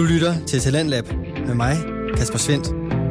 Du lytter til Talentlab med mig, Kasper Svendt.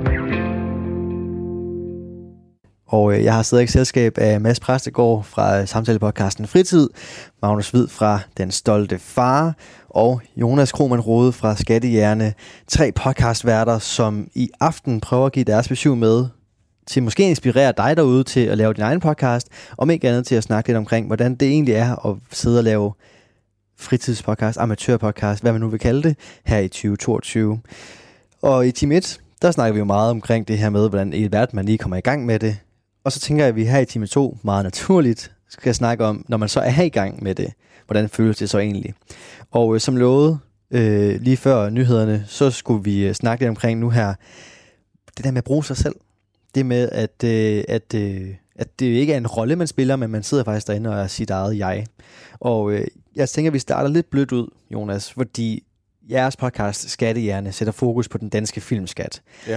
Og jeg har stadig selskab af Mads Præstegård fra samtalepodcasten Fritid, Magnus Hvid fra Den Stolte Far og Jonas Krohmann Rode fra Skattehjerne. 3 podcastværter, som i aften prøver at give deres besøg med til måske inspirere dig derude til at lave din egen podcast, om ikke andet til at snakke lidt omkring, hvordan det egentlig er at sidde og lave fritidspodcast, amatørpodcast, hvad man nu vil kalde det, her i 2022. Og i time 1, der snakker vi jo meget omkring det her med, hvordan i verden man lige kommer i gang med det. Og så tænker jeg, at vi her i time 2 meget naturligt skal snakke om, når man så er i gang med det, hvordan føles det så egentlig. Og som lovet lige før nyhederne, så skulle vi snakke lidt omkring nu her, det der med at bruge sig selv. Det med, at det ikke er en rolle, man spiller, men man sidder faktisk derinde og er sit eget jeg. Og jeg tænker, at vi starter lidt blødt ud, Jonas, fordi jeres podcast Skattehjerne sætter fokus på den danske filmskat. Ja.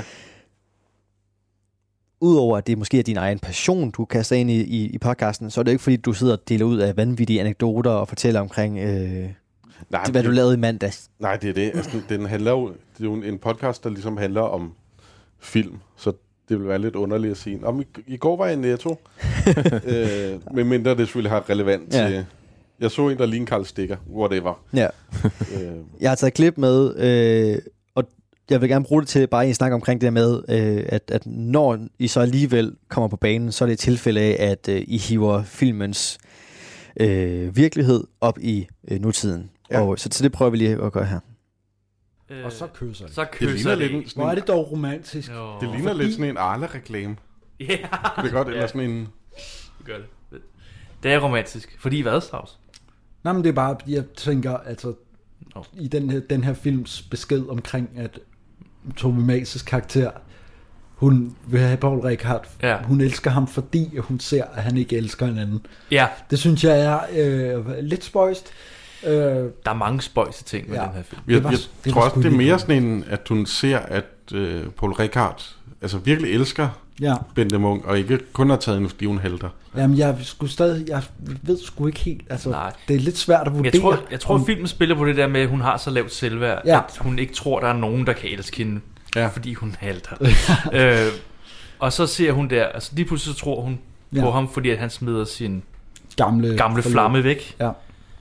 Udover at det måske er din egen passion, du kaster ind i podcasten, så er det ikke fordi, du sidder og deler ud af vanvittige anekdoter og fortæller omkring, hvad du lavede i mandags. Nej, det er det. Altså, det er jo en podcast, der ligesom handler om film, så det vil være lidt underligt at sige. I går var jeg i Netto, medmindre det selvfølgelig har relevant til... Jeg så en, der lignede Karl Stikker, whatever. Ja. Jeg har taget et klip med, og jeg vil gerne bruge det til bare at snakke omkring det med, at når I så alligevel kommer på banen, så er det et tilfælde af, at I hiver filmens virkelighed op i nutiden. Ja. Og så det prøver vi lige at gøre her. Og så kysser det. Så kysser det. Hvor er det dog romantisk. Jo. Det ligner lidt sådan en Arla-reklame. Ja. Det er godt, eller sådan en... Det gør det. Det er romantisk. Fordi hvad, Strauss? Nej, men det er bare, jeg tænker, altså, i den her films besked omkring, at Tove Maes' karakter, hun vil have Paul Rickard, hun elsker ham, fordi hun ser, at han ikke elsker hinanden. Ja. Det synes jeg er lidt spøjst. Der er mange spøjse ting med den her film. Jeg tror også, det er mere sådan en, at hun ser, at Paul Rickard virkelig elsker Bente Munk, og ikke kun har taget en, fordi hun halter. Jamen, jeg ved sgu ikke helt, det er lidt svært at vurdere. Jeg tror filmen spiller på det der med, at hun har så lavt selvværd, at hun ikke tror, der er nogen, der kan elske hende, fordi hun halter. Og så ser hun der, lige pludselig så tror hun på ham, fordi at han smider sin gamle flamme væk. Ja.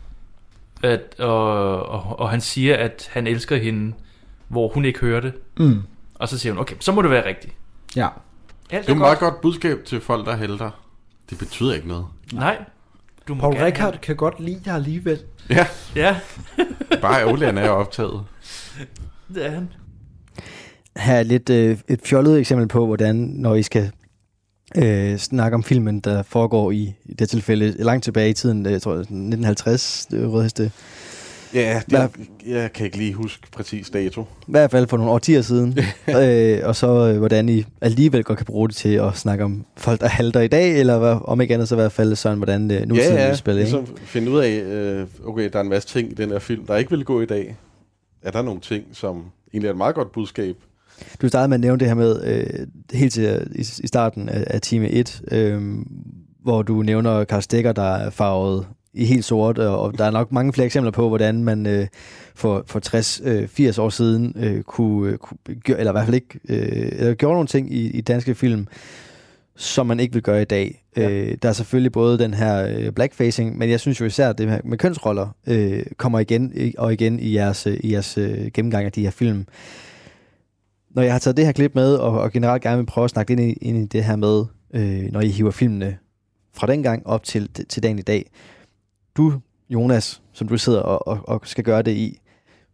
Og han siger, at han elsker hende, hvor hun ikke hører det. Og så siger hun, okay, så må det være rigtigt. Ja. Det er et meget godt budskab til folk, der halter. Det betyder ikke noget. Nej. Paul Rickard kan godt lide dig alligevel. Ja. Bare Ærgerligerne er optaget. Det er han. Her er lidt et fjollet eksempel på, hvordan, når I skal snakke om filmen, der foregår i det tilfælde langt tilbage i tiden, jeg tror 1950, Rødheste. Ja, jeg kan ikke lige huske præcis dato. I hvert fald for nogle årtier siden. Og så hvordan I alligevel godt kan bruge det til at snakke om folk, der halter i dag, eller om ikke andet så i hvert fald sådan, hvordan nutiden vil spille. Ja, finde ud af, okay, der er en masse ting i den her film, der ikke vil gå i dag. Er der nogle ting, som egentlig er et meget godt budskab? Du startede med at nævne det her med, helt til i starten af time 1, hvor du nævner Karl Stikker, der er farvet i helt sort, og der er nok mange flere eksempler på, hvordan man for 60-80 år siden kunne eller i hvert fald ikke, eller gjorde nogle ting i danske film, som man ikke vil gøre i dag. Ja. Der er selvfølgelig både den her blackfacing, men jeg synes jo især, at det her med kønsroller kommer igen og igen i jeres gennemgang af de her film. Når jeg har taget det her klip med, og generelt gerne vil prøve at snakke ind i det her med, når I hiver filmene fra dengang op til dagen i dag. Du, Jonas, som du sidder og skal gøre det i,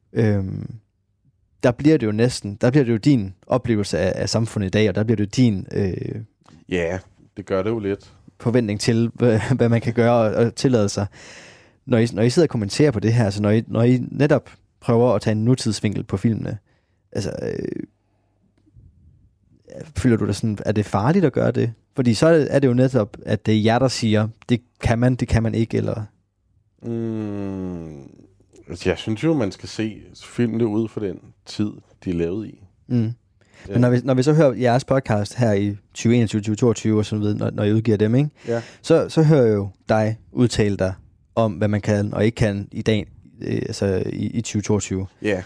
der bliver det jo din oplevelse af samfundet i dag, og der bliver det jo din det gør det jo lidt forventning til, hvad man kan gøre og tillade sig. Når I sidder og kommenterer på det her, så når I netop prøver at tage en nutidsvinkel på filmene, føler du dig sådan, er det farligt at gøre det? Fordi så er det jo netop, at det er jer, der siger, det kan man ikke, eller... Jeg synes jo, man skal se filmene ud for den tid, de er lavet i. Men når vi så hører jeres podcast her i 2021, 2022 og sådan videre, når I udgiver dem, ikke? Ja. Så hører jeg jo dig udtale dig om, hvad man kan og ikke kan i dag, i 2022. Ja.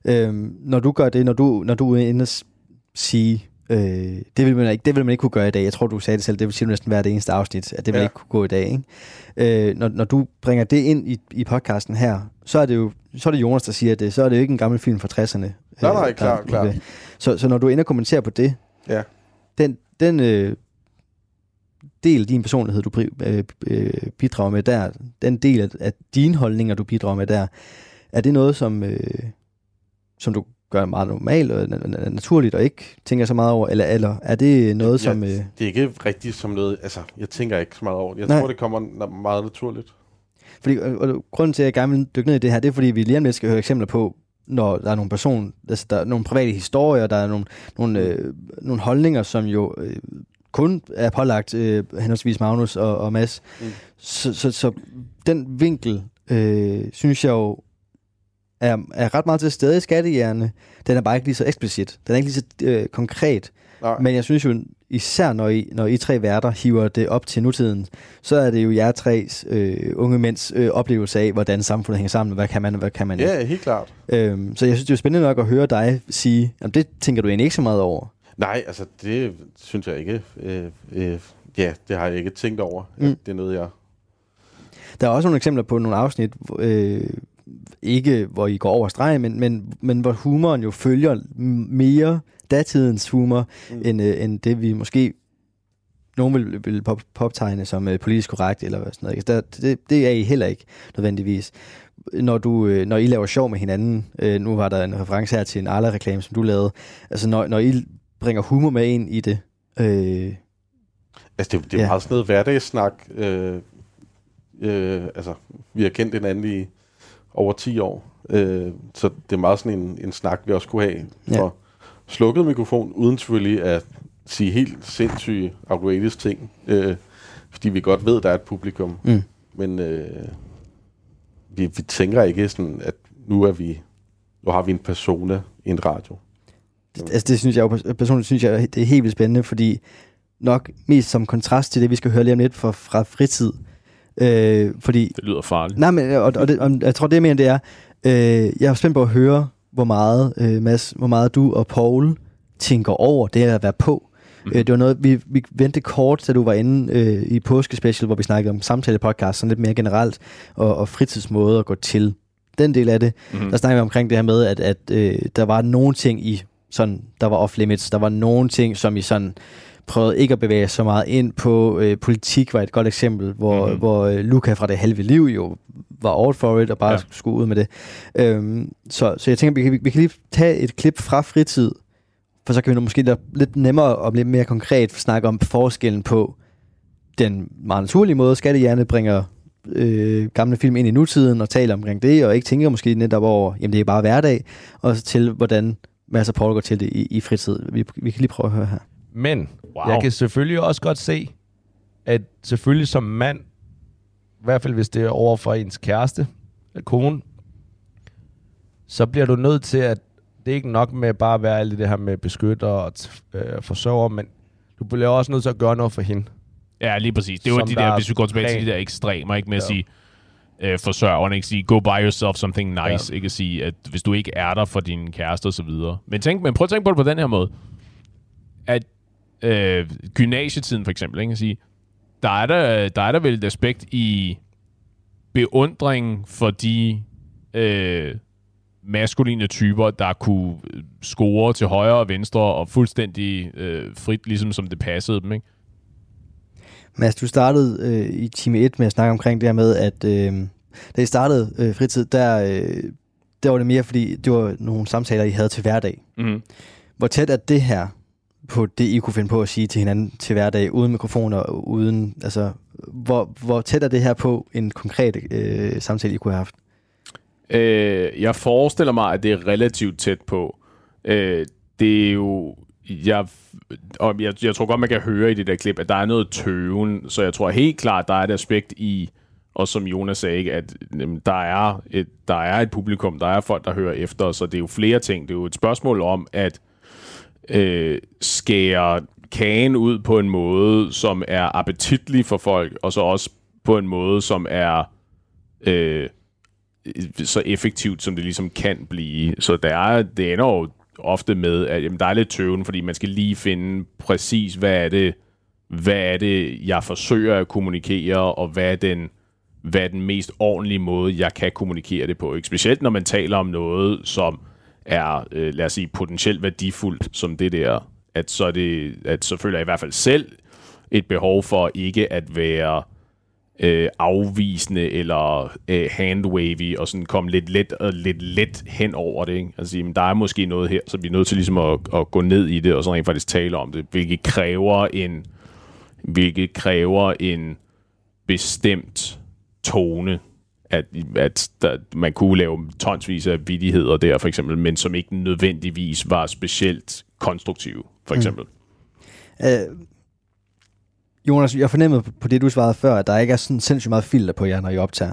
Når du gør det, når du er inde og sige, det vil man ikke kunne gøre i dag. Jeg tror, du sagde det selv, det vil sige næsten hver det eneste afsnit, at det vil ikke kunne gå i dag, ikke? Når du bringer det ind i podcasten her, så er det Jonas, der siger det. Så er det jo ikke en gammel film fra 60'erne. Nej, klar. Så når du er inde og kommenterer på det, den del af din personlighed, du bidrager med der, den del af dine holdninger, du bidrager med der, er det noget, som du gør meget normalt og naturligt, og ikke tænker så meget over, eller er det noget, som... Det er ikke rigtigt som noget... Altså, jeg tænker ikke så meget over det. Jeg tror, det kommer meget naturligt. Fordi, og grunden til, at jeg gerne vil dykke ned i det her, det er, fordi vi lige om lidt skal høre eksempler på, når der er nogle personer, altså der er nogle private historier, der er nogle holdninger, som jo kun er pålagt henholdsvis Magnus og Mads. Så den vinkel, synes jeg jo, er ret meget til stede i Skattehjerne. Den er bare ikke lige så eksplicit. Den er ikke lige så konkret. Nej. Men jeg synes jo, især når I tre værter hiver det op til nutiden, så er det jo jer tres unge mænds oplevelse af, hvordan samfundet hænger sammen, hvad kan man ikke. Ja, helt klart. Så jeg synes, det er spændende nok at høre dig sige, om det tænker du egentlig ikke så meget over. Nej, altså det synes jeg ikke. Det har jeg ikke tænkt over. Det er noget, jeg... Der er også nogle eksempler på nogle afsnit, ikke hvor I går over stregen, men hvor humoren jo følger mere datidens humor, end det vi måske nogen vil poptegne som politisk korrekt, eller hvad sådan noget. Det er I heller ikke nødvendigvis. Når I laver sjov med hinanden, nu var der en reference her til en Arla-reklame, som du lavede, altså når I bringer humor med ind i det. Altså det er meget sådan noget hverdagssnak. Altså vi har kendt hinanden i over 10 år, så det er meget sådan en snak, vi også kunne have for slukket mikrofon, uden selvfølgelig at sige helt sindssyge outrageous ting, fordi vi godt ved, at der er et publikum. Men vi tænker ikke sådan, at nu har vi en persona i en radio. Altså det synes jeg jo, personligt synes jeg, det er helt vildt spændende, fordi nok mest som kontrast til det, vi skal høre lige om lidt fra Fritid. Fordi, det lyder farligt. Nej, men og jeg tror det mere end det er, jeg er spændt på at høre, hvor meget du og Paul tænker over det at være på. Det var noget, vi vendte kort, da du var inde i påskespecial, hvor vi snakkede om samtalepodcast, sådan lidt mere generelt, og fritidsmåder at gå til. Den del af det, der snakkede vi omkring det her med, at der var nogle ting i sådan, der var off-limits, der var nogle ting, som I sådan prøvede ikke at bevæge så meget ind på. Politik var et godt eksempel, hvor Luca fra Det Halve Liv jo var out for it, og bare skulle ud med det. Så jeg tænker, vi kan lige tage et klip fra Fritid, for så kan vi måske lidt nemmere og lidt mere konkret snakke om forskellen på den meget naturlige måde, Skattehjerne bringer gamle film ind i nutiden og taler omkring det, og ikke tænker måske netop over, jamen det er bare hverdag, og så til hvordan Mads og Paul går til det i Fritid. Vi kan lige prøve at høre her. Men jeg kan selvfølgelig også godt se, at selvfølgelig som mand, i hvert fald hvis det er over for ens kæreste, kone, så bliver du nødt til, at det er ikke nok med bare at være alt det her med beskytter og forsørger, men du bliver også nødt til at gøre noget for hende. Ja, lige præcis. Det er jo de der, hvis vi går tilbage til de der ekstremer, ikke med at sige forsørgerne, ikke sige go buy yourself something nice, ikke at sige, at hvis du ikke er der for din kæreste og så videre. Men prøv at tænke på det på den her måde, at gymnasietiden for eksempel, ikke at sige, der er der vel et aspekt i beundring for de maskuline typer, der kunne score til højre og venstre og fuldstændig frit, ligesom som det passede dem, ikke? Mads, du startede i time 1 med at snakke omkring det her med, at da I startede Fritid, der var det mere, fordi det var nogle samtaler, I havde til hverdag. Hvor tæt er det her på det, I kunne finde på at sige til hinanden til hverdag, uden mikrofoner, uden, altså, hvor tæt er det her på en konkret samtale, I kunne have haft? Jeg forestiller mig, at det er relativt tæt på. Det er jo... Jeg tror godt, man kan høre i det der klip, at der er noget tøven, så jeg tror helt klart, der er et aspekt i, og som Jonas sagde, ikke, at der er et publikum, der er folk, der hører efter, så det er jo flere ting. Det er jo et spørgsmål om at skære kagen ud på en måde, som er appetitlig for folk, og så også på en måde, som er så effektivt, som det ligesom kan blive. Så det ender jo ofte med, at jamen, der er lidt tøven, fordi man skal lige finde præcis, hvad er det, jeg forsøger at kommunikere, og hvad er den mest ordentlige måde, jeg kan kommunikere det på. Ikke? Specielt når man taler om noget, som er, lad os sige, potentielt værdifuldt, som det der, at så føler jeg i hvert fald selv et behov for ikke at være afvisende eller handwavy og sådan komme lidt let hen over det. Ikke? Altså, jamen, der er måske noget her, så vi er nødt til ligesom at gå ned i det og så rent faktisk tale om det, hvilket kræver en bestemt tone, at man kunne lave tonsvis af vittigheder der, for eksempel, men som ikke nødvendigvis var specielt konstruktive, for eksempel. Jonas, jeg fornemmede på det, du svarede før, at der ikke er sådan sindssygt meget filter på jer, når I optager.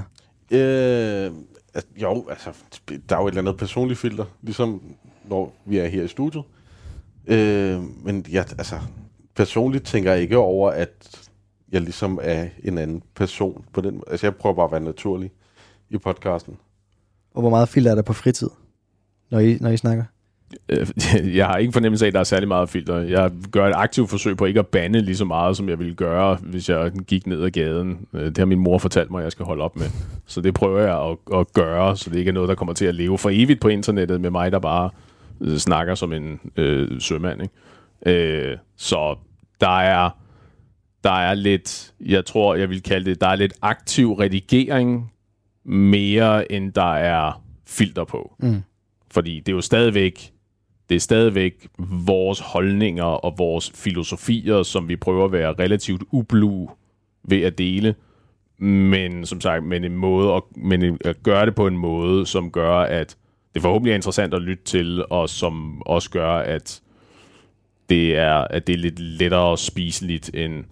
Jo, altså, der er jo et eller andet personligt filter, ligesom når vi er her i studiet. Men personligt tænker jeg ikke over, at jeg ligesom er en anden person på den måde. Altså, jeg prøver bare at være naturlig i podcasten. Og hvor meget filter er der på fritid, når I snakker? Jeg har ikke fornemmelse af, at der er særlig meget filter. Jeg gør et aktivt forsøg på ikke at bande lige så meget, som jeg ville gøre, hvis jeg gik ned ad gaden. Det har min mor fortalt mig, at jeg skal holde op med. Så det prøver jeg at gøre, så det ikke er noget, der kommer til at leve for evigt på internettet med mig, der bare snakker som en sømand. Ikke? Så der er lidt, jeg tror, jeg vil kalde det, der er lidt aktiv redigering mere, end der er filter på. Fordi det er jo stadigvæk vores holdninger og vores filosofier, som vi prøver at være relativt ublu ved at dele, men som sagt, men at gøre det på en måde, som gør, at det forhåbentlig er interessant at lytte til, og som også gør, at det er lidt lettere spiseligt end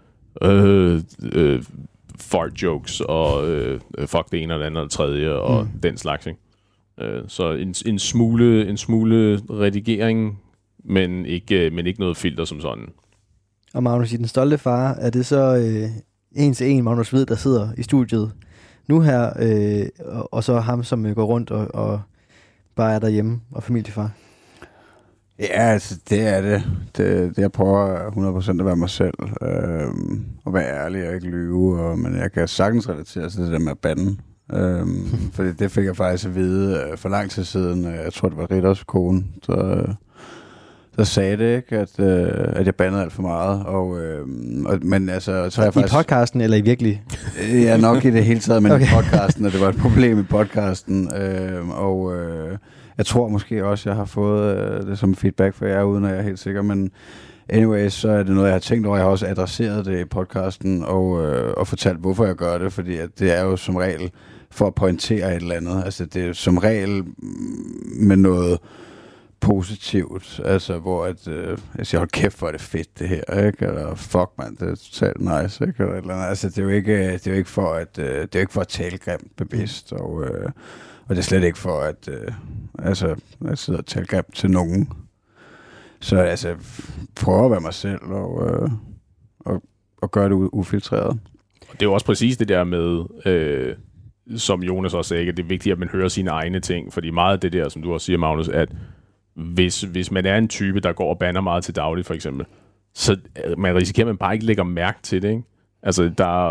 fart jokes og fuck det ene eller andet eller tredje og den slags, ikke? Så en smule redigering, men ikke noget filter som sådan. Og Magnus, i Den Stolte Far, er det så en til en Magnus Hvid, der sidder i studiet nu her, og så ham, som går rundt og bare er derhjemme og familiefar? Ja, altså det er det. Det jeg prøver 100% at være mig selv, og være ærlig og ikke lyve, men jeg kan sagtens relatere til det der med at bande. Fordi det fik jeg faktisk at vide for lang tid siden. Jeg tror, det var Ritters kone, der sagde det, ikke, at jeg bandede alt for meget. Men altså, så har jeg faktisk... I podcasten, eller i virkelig? Ja, nok i det hele taget, men okay. I podcasten, og det var et problem i podcasten. Jeg tror måske også, jeg har fået det som feedback for jer, uden at jeg er helt sikker, men anyways, så er det noget, jeg har tænkt over. Jeg har også adresseret det i podcasten og fortalt, hvorfor jeg gør det, fordi at det er jo som regel for at pointere et eller andet. Altså, det er som regel med noget positivt, altså hvor jeg siger, hold kæft, hvor er det fedt det her, ikke? Eller fuck man, det er totalt nice, ikke? Eller et eller andet. Altså, det er jo ikke for at tale grimt bevidst, og det er slet ikke for at jeg sidder og tale grimt til nogen. Så altså, prøve at være mig selv og gøre det ufiltreret. Det er jo også præcis det der med, som Jonas også sagde, at det er vigtigt, at man hører sine egne ting, fordi meget af det der, som du også siger, Magnus, at hvis man er en type, der går og bander meget til dagligt, for eksempel, så man risikerer, at man bare ikke lægger mærke til det, ikke? Altså,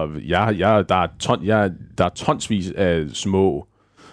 der er tonsvis af små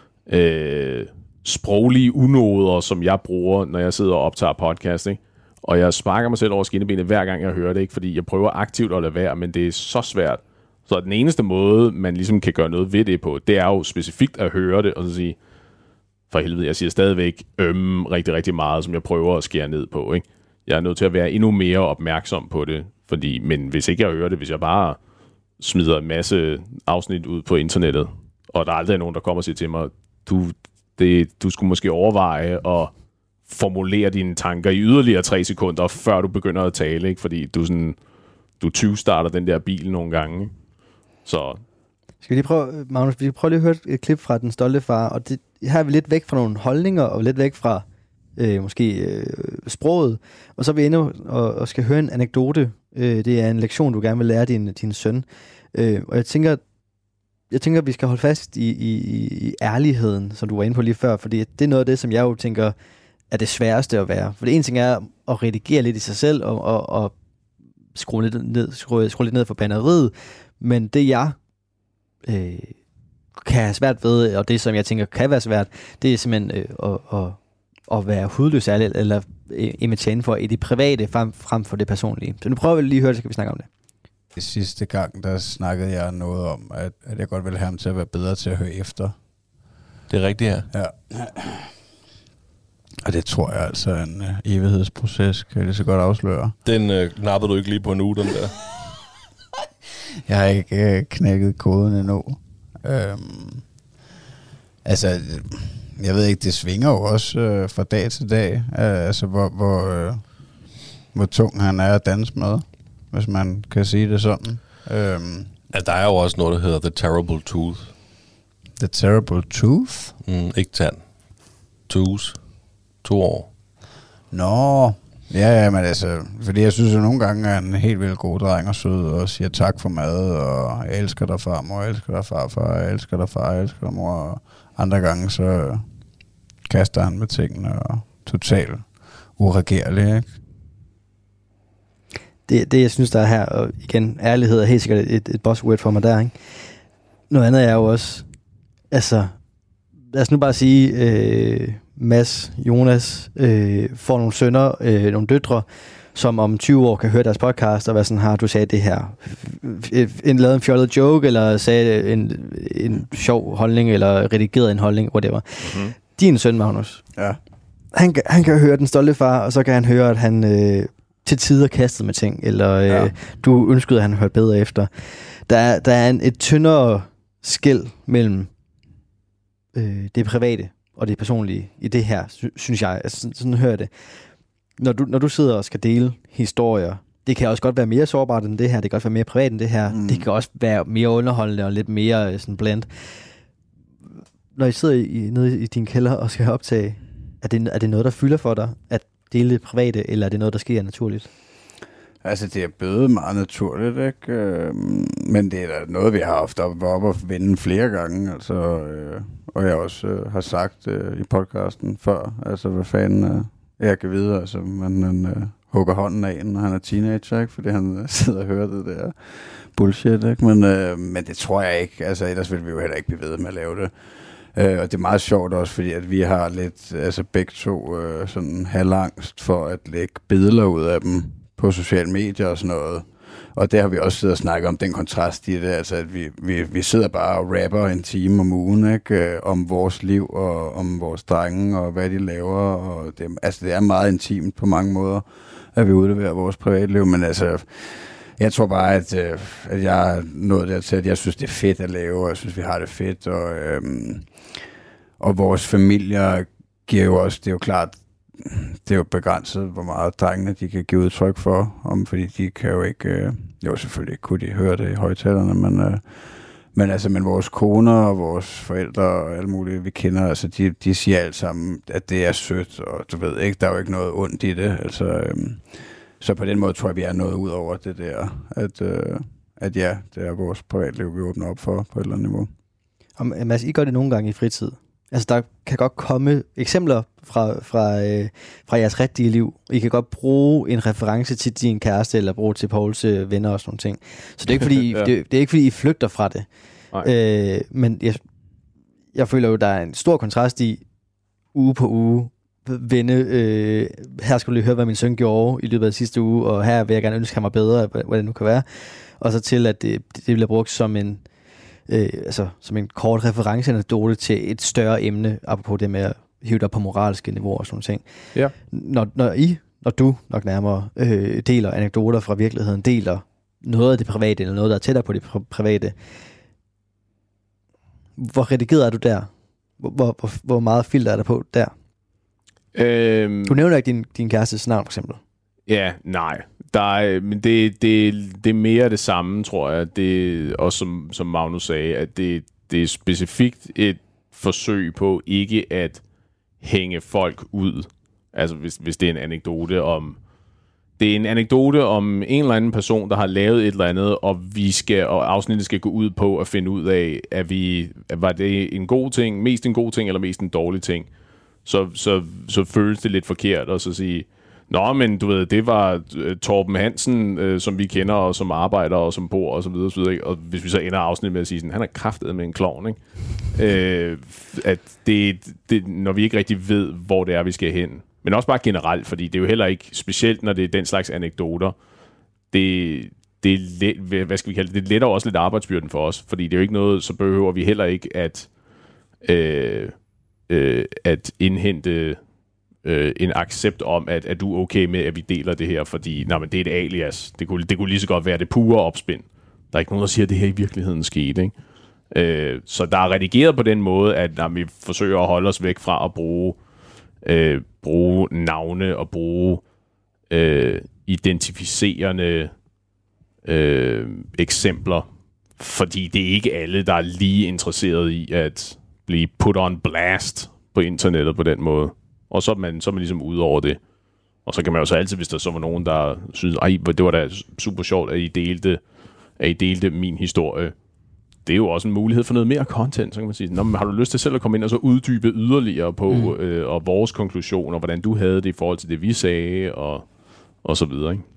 sproglige unoder, som jeg bruger, når jeg sidder og optager podcast, ikke? Og jeg sparker mig selv over skinnebenet hver gang, jeg hører det, ikke? Fordi jeg prøver aktivt at lade være, men det er så svært. Så den eneste måde, man ligesom kan gøre noget ved det på, det er jo specifikt at høre det, og så sige, for helvede, jeg siger stadigvæk rigtig, rigtig meget, som jeg prøver at skære ned på, ikke? Jeg er nødt til at være endnu mere opmærksom på det, men hvis ikke jeg hører det, hvis jeg bare smider en masse afsnit ud på internettet, og der er aldrig nogen, der kommer og siger til mig, du skulle måske overveje at formulere dine tanker i yderligere 3 sekunder, før du begynder at tale, ikke? Fordi du 20-starter den der bil nogle gange, ikke? Så... Skal vi lige prøve, Magnus, vi prøver lige at høre et klip fra Den Stolte Far, og her er vi lidt væk fra nogle holdninger, og lidt væk fra sproget, og så er vi inde og skal høre en anekdote. Det er en lektion, du gerne vil lære din søn. Og jeg tænker, jeg tænker, at vi skal holde fast i ærligheden, som du var inde på lige før, fordi det er noget af det, som jeg jo tænker, er det sværeste at være. For det ene ting er at redigere lidt i sig selv, og skrue lidt ned for banderiet, men det jeg kan have svært ved, og det som jeg tænker kan være svært, det er simpelthen at være hudløs ærlig, eller imitere for i det private frem for det personlige. Så nu prøver vi lige at høre, så skal vi snakke om det. Sidste gang, der snakkede jeg noget om, at jeg godt ville have ham til at være bedre til at høre efter. Det er rigtigt, ja. Og det tror jeg altså er en evighedsproces, kan jeg lige så godt afsløre. Den knappede du ikke lige på en uge, den der? Jeg har ikke knækket koden endnu. Altså, jeg ved ikke, det svinger jo også fra dag til dag. Altså, hvor tung han er at danse med, hvis man kan sige det sådan. Der er jo også noget, der hedder The Terrible Tooth. The Terrible Tooth? Ikke tand. Tooth. 2 år. Nå, ja, men altså, fordi jeg synes jo nogle gange, er en helt vildt god dreng og sød, og siger tak for mad, og jeg elsker dig far, mor, jeg elsker dig farfar, jeg elsker dig far, jeg elsker dig mor, og andre gange så kaster han med tingene, og totalt uregerlig, ikke? Det jeg synes, der er her, og igen, ærlighed er helt sikkert et buzzword for mig der, ikke? Noget andet er jo også, altså, lad os nu bare sige, Mads, Jonas får nogle sønner, nogle døtre, som om 20 år kan høre deres podcast, og hvad sådan har du sagde det her, lavet en fjollet joke, eller sagde en sjov holdning, eller redigeret en holdning, whatever. Mm-hmm. Din søn, Magnus, ja. Han kan høre den stolte far, og så kan han høre, at han til tider kastede med ting, eller du ønskede, at han hørte bedre efter. Der er et tyndere skel mellem det private og det personlige i det her, synes jeg. Altså, sådan hører det. Når du sidder og skal dele historier, det kan også godt være mere sårbart end det her, det kan også være mere privat end det her, det kan også være mere underholdende og lidt mere sådan blandt. Når I sidder nede i din kælder og skal optage, er det noget, der fylder for dig, at dele det private, eller er det noget, der sker naturligt? Altså, det er blevet meget naturligt, ikke? Men det er da noget, vi har haft op og vende flere gange, altså, og jeg også har sagt i podcasten før, altså, hvad fanden jeg kan vide, altså, man hugger hånden af, når han er teenager, ikke? Fordi han sidder og hører det der bullshit, ikke? Men det tror jeg ikke, altså, ellers ville vi jo heller ikke blive ved med at lave det. Og det er meget sjovt også, fordi at vi har lidt, altså begge to sådan halvangst for at lægge billeder ud af dem på sociale medier og sådan noget. Og der har vi også siddet og snakket om den kontrast i det, altså at vi sidder bare og rapper en time om ugen, ikke? Om vores liv og om vores drenge og hvad de laver. Og det er meget intimt på mange måder, at vi udleverer vores privatliv, men altså, jeg tror bare, at jeg er nået dertil, at jeg synes, det er fedt at lave, og jeg synes, vi har det fedt, og vores familier giver jo også, det er jo klart, det er jo begrænset, hvor meget drengene de kan give udtryk for, fordi de kan jo ikke, jo selvfølgelig kunne de høre det i højtalerne, men vores koner og vores forældre og alle mulige, vi kender, altså de siger alt sammen, at det er sødt, og du ved ikke, der er jo ikke noget ondt i det, altså, så på den måde tror jeg, vi er noget ud over det der, at ja, det er vores privatliv, vi åbner op for på et eller andet niveau. Og Mads, I gør det nogle gange i fritid. Altså, der kan godt komme eksempler fra jeres rigtige liv. I kan godt bruge en reference til din kæreste, eller bruge til Pauls venner og sådan nogle ting. Så det er ikke fordi, det er ikke fordi I flygter fra det. Men jeg føler jo, der er en stor kontrast i uge på uge. Her skulle du lige høre, hvad min søn gjorde i løbet af sidste uge, og her vil jeg gerne ønske ham bedre, hvad det nu kan være. Og så til, at det bliver brugt som en som en kort referenceanekdote til et større emne, apropos det med at hive dig på moralske niveauer og sådan ting. Ja. Når du nok nærmere deler anekdoter fra virkeligheden, deler noget af det private, eller noget, der er tættere på det private, hvor redigeret er du der? Hvor meget filter er der på der? Du nævner ikke din kærestes navn, for eksempel. Ja, nej. Men det er mere det samme, tror jeg. Det også som Magnus sagde, at det er specifikt et forsøg på ikke at hænge folk ud. Altså hvis det er en anekdote om... det er en anekdote om en eller anden person, der har lavet et eller andet, og afsnittet skal gå ud på at finde ud af, var det en god ting, mest en god ting, eller mest en dårlig ting. Så føles det lidt forkert at så sige, nå, men du ved, det var Torben Hansen, som vi kender, og som arbejder, og som bor, og så videre, og så videre, ikke? Og hvis vi så ender afsnittet med at sige sådan, han er kraftet med en klovn, ikke? At det, når vi ikke rigtig ved, hvor det er, vi skal hen. Men også bare generelt, fordi det er jo heller ikke specielt, når det er den slags anekdoter. Det er let, hvad skal vi kalde det? Det letter også lidt arbejdsbyrden for os, fordi det er jo ikke noget, så behøver vi heller ikke at indhente en accept om, at du er okay med, at vi deler det her, fordi men det er et alias. Det kunne lige så godt være det pure opspind. Der er ikke nogen, der siger, at det her i virkeligheden skete, ikke? Så der er redigeret på den måde, at vi forsøger at holde os væk fra at bruge navne og bruge identificerende eksempler, fordi det er ikke alle, der er lige interesseret i at blive put on blast på internettet på den måde. Og så er man ligesom ude over det. Og så kan man jo så altid, hvis der så var nogen, der synes, det var da super sjovt, at I delte min historie. Det er jo også en mulighed for noget mere content, så kan man sige. Men har du lyst til selv at komme ind og så uddybe yderligere på og vores konklusioner, hvordan du havde det i forhold til det, vi sagde, og så videre, ikke?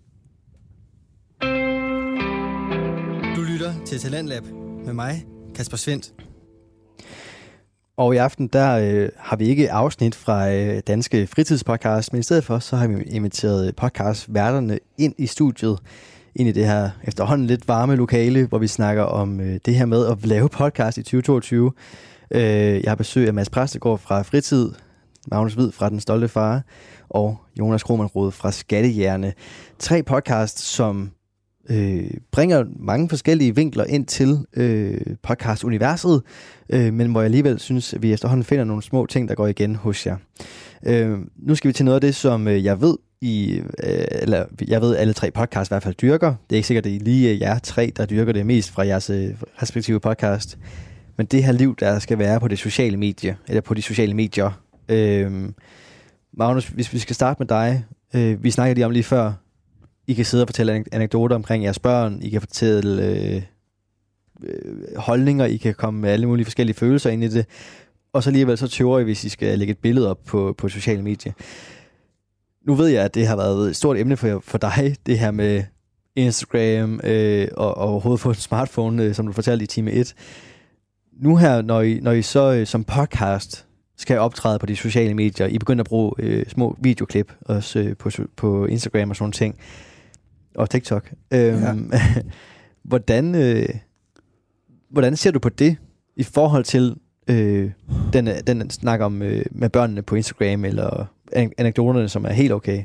Du lytter til Talentlab med mig, Kasper Svendt. Og i aften, der har vi ikke afsnit fra Danske Fritidspodcast, men i stedet for, så har vi inviteret podcastværterne ind i studiet, ind i det her efterhånden lidt varme lokale, hvor vi snakker om det her med at lave podcast i 2022. Jeg har besøg af Mads Præstegård fra Fritid, Magnus Hvid fra Den Stolte Far, og Jonas Kromann-Rode fra Skattehjerne. 3 podcasts, som bringer mange forskellige vinkler ind til podcast-universet, men hvor jeg alligevel synes, at vi efterhånden finder nogle små ting, der går igen hos jer. Nu skal vi til noget af det, som jeg ved, jeg ved, alle 3 podcasts i hvert fald dyrker. Det er ikke sikkert, at det er lige jer 3, der dyrker det mest fra jeres respektive podcast. Men det her liv, der skal være på det sociale medie, eller på de sociale medier. Magnus, hvis vi skal starte med dig. Vi snakkede lige om lige før. I kan sidde og fortælle anekdoter omkring jeres børn. I kan fortælle holdninger. I kan komme med alle mulige forskellige følelser ind i det. Og så alligevel så tøver I, hvis I skal lægge et billede op på sociale medier. Nu ved jeg, at det har været et stort emne for dig, det her med Instagram og overhovedet få en smartphone, som du fortalte i time 1. Nu her, når I så som podcast skal optræde på de sociale medier, I begynder at bruge små videoklip også på Instagram og sådan ting, og TikTok. Hvordan ser du på det i forhold til den snak om med børnene på Instagram, eller anekdoterne, som er helt okay?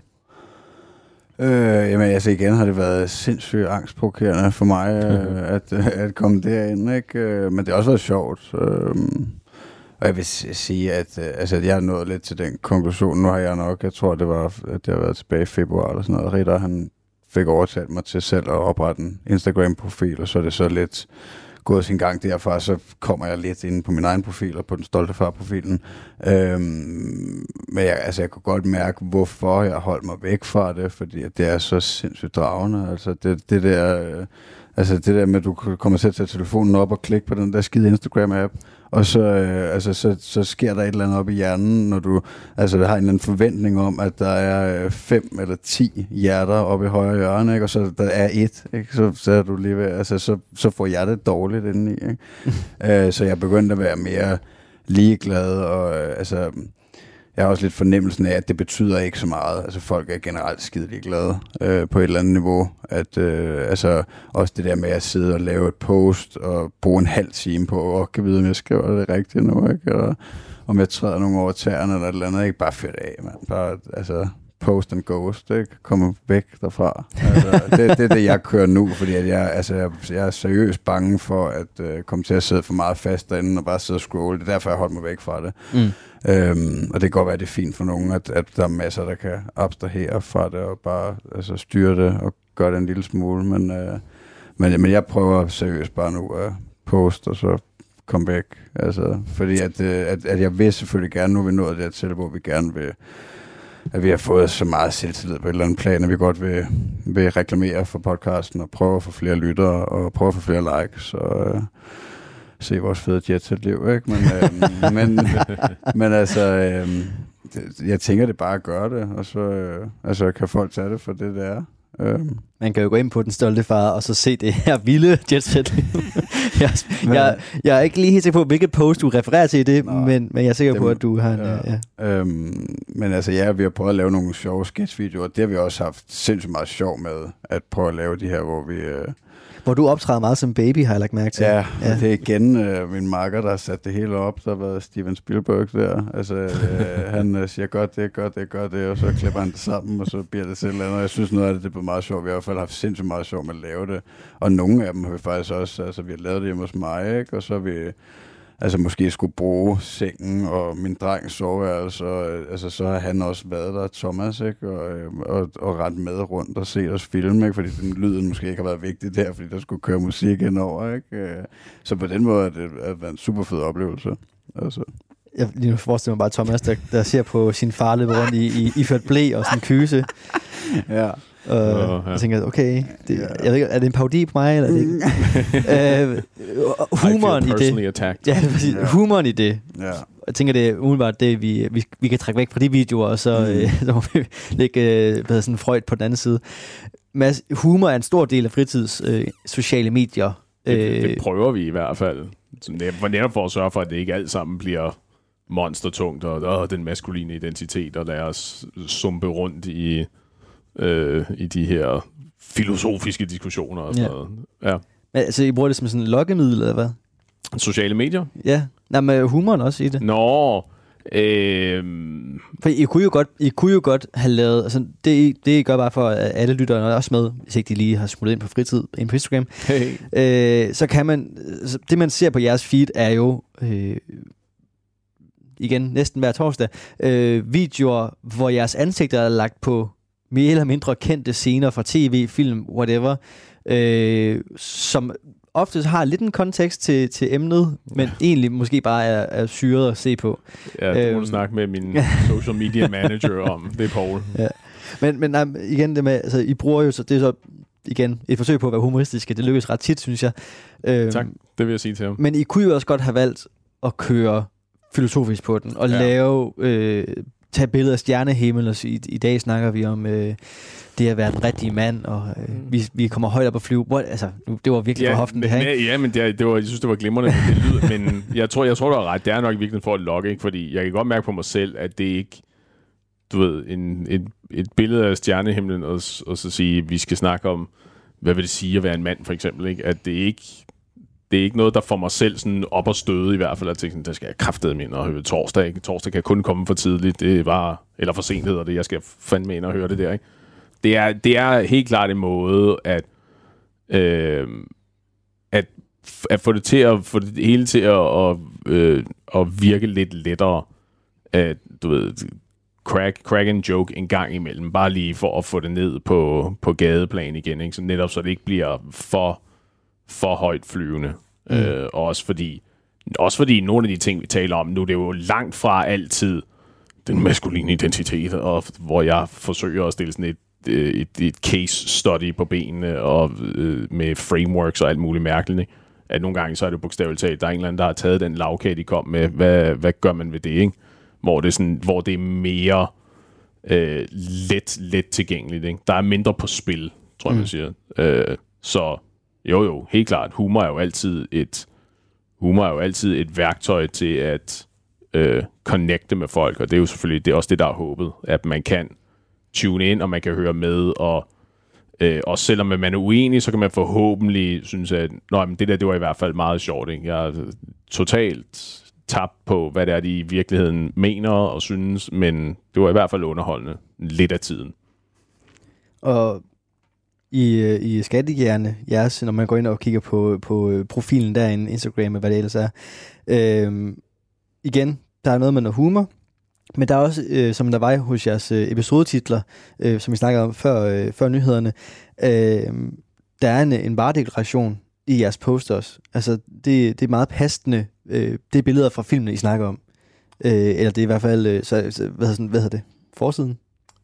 Jamen altså igen har det været sindssygt angstprovokerende for mig at komme derind, ikke? Men det har også været sjovt. Og jeg vil sige, at jeg er nået lidt til den konklusion. Nu har jeg nok, jeg tror det har været tilbage i februar eller sådan noget. Ritter, han fik overtalt mig til selv at oprette en Instagram-profil, og så er det så lidt gået sin gang derfra, så kommer jeg lidt ind på min egen profil og på Den Stolte Far-profilen. Men jeg kunne godt mærke, hvorfor jeg holdt mig væk fra det, fordi det er så sindssygt dragende. Altså det der med, at du kommer til at tage telefonen op og klikke på den der skide Instagram-app, og så sker der et eller andet op i hjernen, når du har en eller anden forventning om, at der er 5 eller 10 hjerter oppe i højre hjørne, ikke? Og så der er 1, ikke? Så er du lige ved, så får jeg det dårligt indeni, ikke? Så jeg begyndte at være mere ligeglad, og jeg har også lidt fornemmelsen af, at det betyder ikke så meget. Altså folk er generelt skidelig glade på et eller andet niveau. At, også det der med at sidde og lave et post og bruge en halv time på, kan vide, om jeg skriver det rigtigt nu, ikke? Eller om jeg træder nogle over tæerne eller et eller andet. Ikke bare fyrt af, man. Bare, post and ghost, ikke? Komme væk derfra. Det er det, jeg kører nu, fordi at jeg er seriøst bange for at komme til at sidde for meget fast derinde og bare sidde og scrolle. Det er derfor, jeg holder mig væk fra det. Og det kan godt være, at det er fint for nogen, at der er masser, der kan abstrahere fra det og bare styre det og gøre det en lille smule. Men jeg prøver seriøst bare nu at poste og så komme væk. Fordi at jeg vil selvfølgelig gerne, nu er vi nået dertil, hvor vi gerne vil at vi har fået så meget selvtillid på et eller andet plan, at vi godt vil reklamere for podcasten og prøve at få flere lyttere og prøve at få flere likes og se vores fede jetset-liv, ikke? Men altså, jeg tænker det bare at gøre det, og så kan folk tage det for det er. Man kan jo gå ind på Den Stolte Far og så se det her vilde jetset. jeg er ikke lige helt sikker på, hvilket post du refererer til i det, men jeg er sikker på, at du har en... Men altså vi har prøvet at lave nogle sjove sketchvideoer. Det har vi også haft sindssygt meget sjov med, at prøve at lave de her, hvor vi... Hvor du optræder meget som baby, har jeg lagt mærke til. Ja. Det er igen min makker, der har sat det hele op. Der har været Steven Spielberg der. Altså, han siger, gør det, og så klipper han det sammen, og så bliver det selv andet. Og jeg synes, noget af det blev meget sjovt. Vi har i hvert fald haft sindssygt meget sjovt med at lave det. Og nogle af dem har vi faktisk også, altså vi har lavet det hjemme hos mig, ikke? Og så har vi måske skulle bruge sengen og min drengs soveværelse, og så har han også været der, Thomas, ikke? Og ret med rundt og se os filme, ikke? Fordi den lyden måske ikke har været vigtig der, fordi der skulle køre musik indover, ikke? Så på den måde har det været en super fed oplevelse. Altså. Jeg lige nu forestiller mig bare Thomas, der ser på sin far løbe rundt i ført blæ og sådan en kyse. Ja. Jeg tænker, okay, jeg ved ikke, er det en parodi på mig, eller er det ikke? Humoren i det. Ja, præcis. Humoren i det. Ja. Jeg tænker, det er umiddelbart det, vi kan trække væk fra de videoer, og så må vi lægge sådan Freud på den anden side. Men humor er en stor del af fritids sociale medier. Det prøver vi i hvert fald. Det var netop for at sørge for, at det ikke alt sammen bliver monstertungt, og den maskuline identitet, og lade os sumpe rundt i de her filosofiske diskussioner og sådan noget. Ja. Men, altså, I bruger det som sådan en lokkemiddel, eller hvad? Sociale medier? Ja. Nej, men humoren også i det. Nå. For I kunne jo godt have lavet, altså det gør bare for, at alle lytterne er også med, hvis ikke de lige har smuttet ind på fritid, ind på Instagram. Hey. Så kan man, det man ser på jeres feed er jo, igen, næsten hver torsdag, videoer, hvor jeres ansigter er lagt på mere eller mindre kendte scener fra tv, film, whatever, som oftest har lidt en kontekst til emnet, men egentlig måske bare er syret at se på. Ja, det må du snakke med min social media manager om. Det er Paul. Ja. Men igen, det med, altså, I bruger jo, så det er så igen et forsøg på at være humoristiske. Det lykkes ret tit, synes jeg. Tak, det vil jeg sige til ham. Men I kunne jo også godt have valgt at køre filosofisk på den, og lave... tage billeder af stjernehimmel, og i dag snakker vi om det at være den rigtige mand, og vi kommer højt op at flyve. Altså, det var virkelig for hoften, det her, ikke? Ja, men det var, jeg synes, det var glimrende med det lyd, men jeg tror, du har ret. Det er nok virkelig for at logge, ikke? Fordi jeg kan godt mærke på mig selv, at det ikke, du ved, et billede af stjernehimlen, og så sige, vi skal snakke om, hvad vil det sige at være en mand, for eksempel, ikke? At det er ikke noget, der får mig selv sådan op og støde i hvert fald, at tænke, der skal jeg kraftedeme ind og høre torsdag. Ikke? Torsdag kan kun komme for tidligt, det var, eller for sent hedder det, jeg skal fandme ind og høre det der. Ikke? Det er helt klart en måde at få det til at få det hele til at virke lidt lettere, at du ved, crack en joke en gang imellem, bare lige for at få det ned på gadeplan igen, ikke? Så netop så det ikke bliver for højt flyvende. Og også fordi nogle af de ting, vi taler om nu, det er jo langt fra altid den maskuline identitet, og hvor jeg forsøger at stille sådan et case study på benene, og med frameworks og alt muligt mærkeligt, ikke? At nogle gange så er det bogstaveligt talt, der er en eller anden, der har taget den lavkage, de kom med, hvad gør man ved det, ikke? Hvor det er mere let tilgængeligt, ikke? Der er mindre på spil, tror jeg, man siger. Så jo, helt klart. Humor er jo altid et værktøj til at connecte med folk, og det er jo selvfølgelig det er også det, der er håbet, at man kan tune ind, og man kan høre med, og også selvom man er uenig, så kan man forhåbentlig synes, at det var i hvert fald meget sjovt. Ikke? Jeg er totalt tabt på, hvad det er, de i virkeligheden mener og synes, men det var i hvert fald underholdende lidt af tiden. Og i Skattehjerne, jeres, når man går ind og kigger på profilen derinde, Instagram og hvad det ellers er. Igen, der er noget med noget humor, men der er også, som der var hos jeres episodetitler, som vi snakkede om før nyhederne, der er en varedeklaration i jeres post også. Altså, det er meget passende. Det er billeder fra filmene, I snakker om. Eller det er i hvert fald, hvad hedder det? Forsiden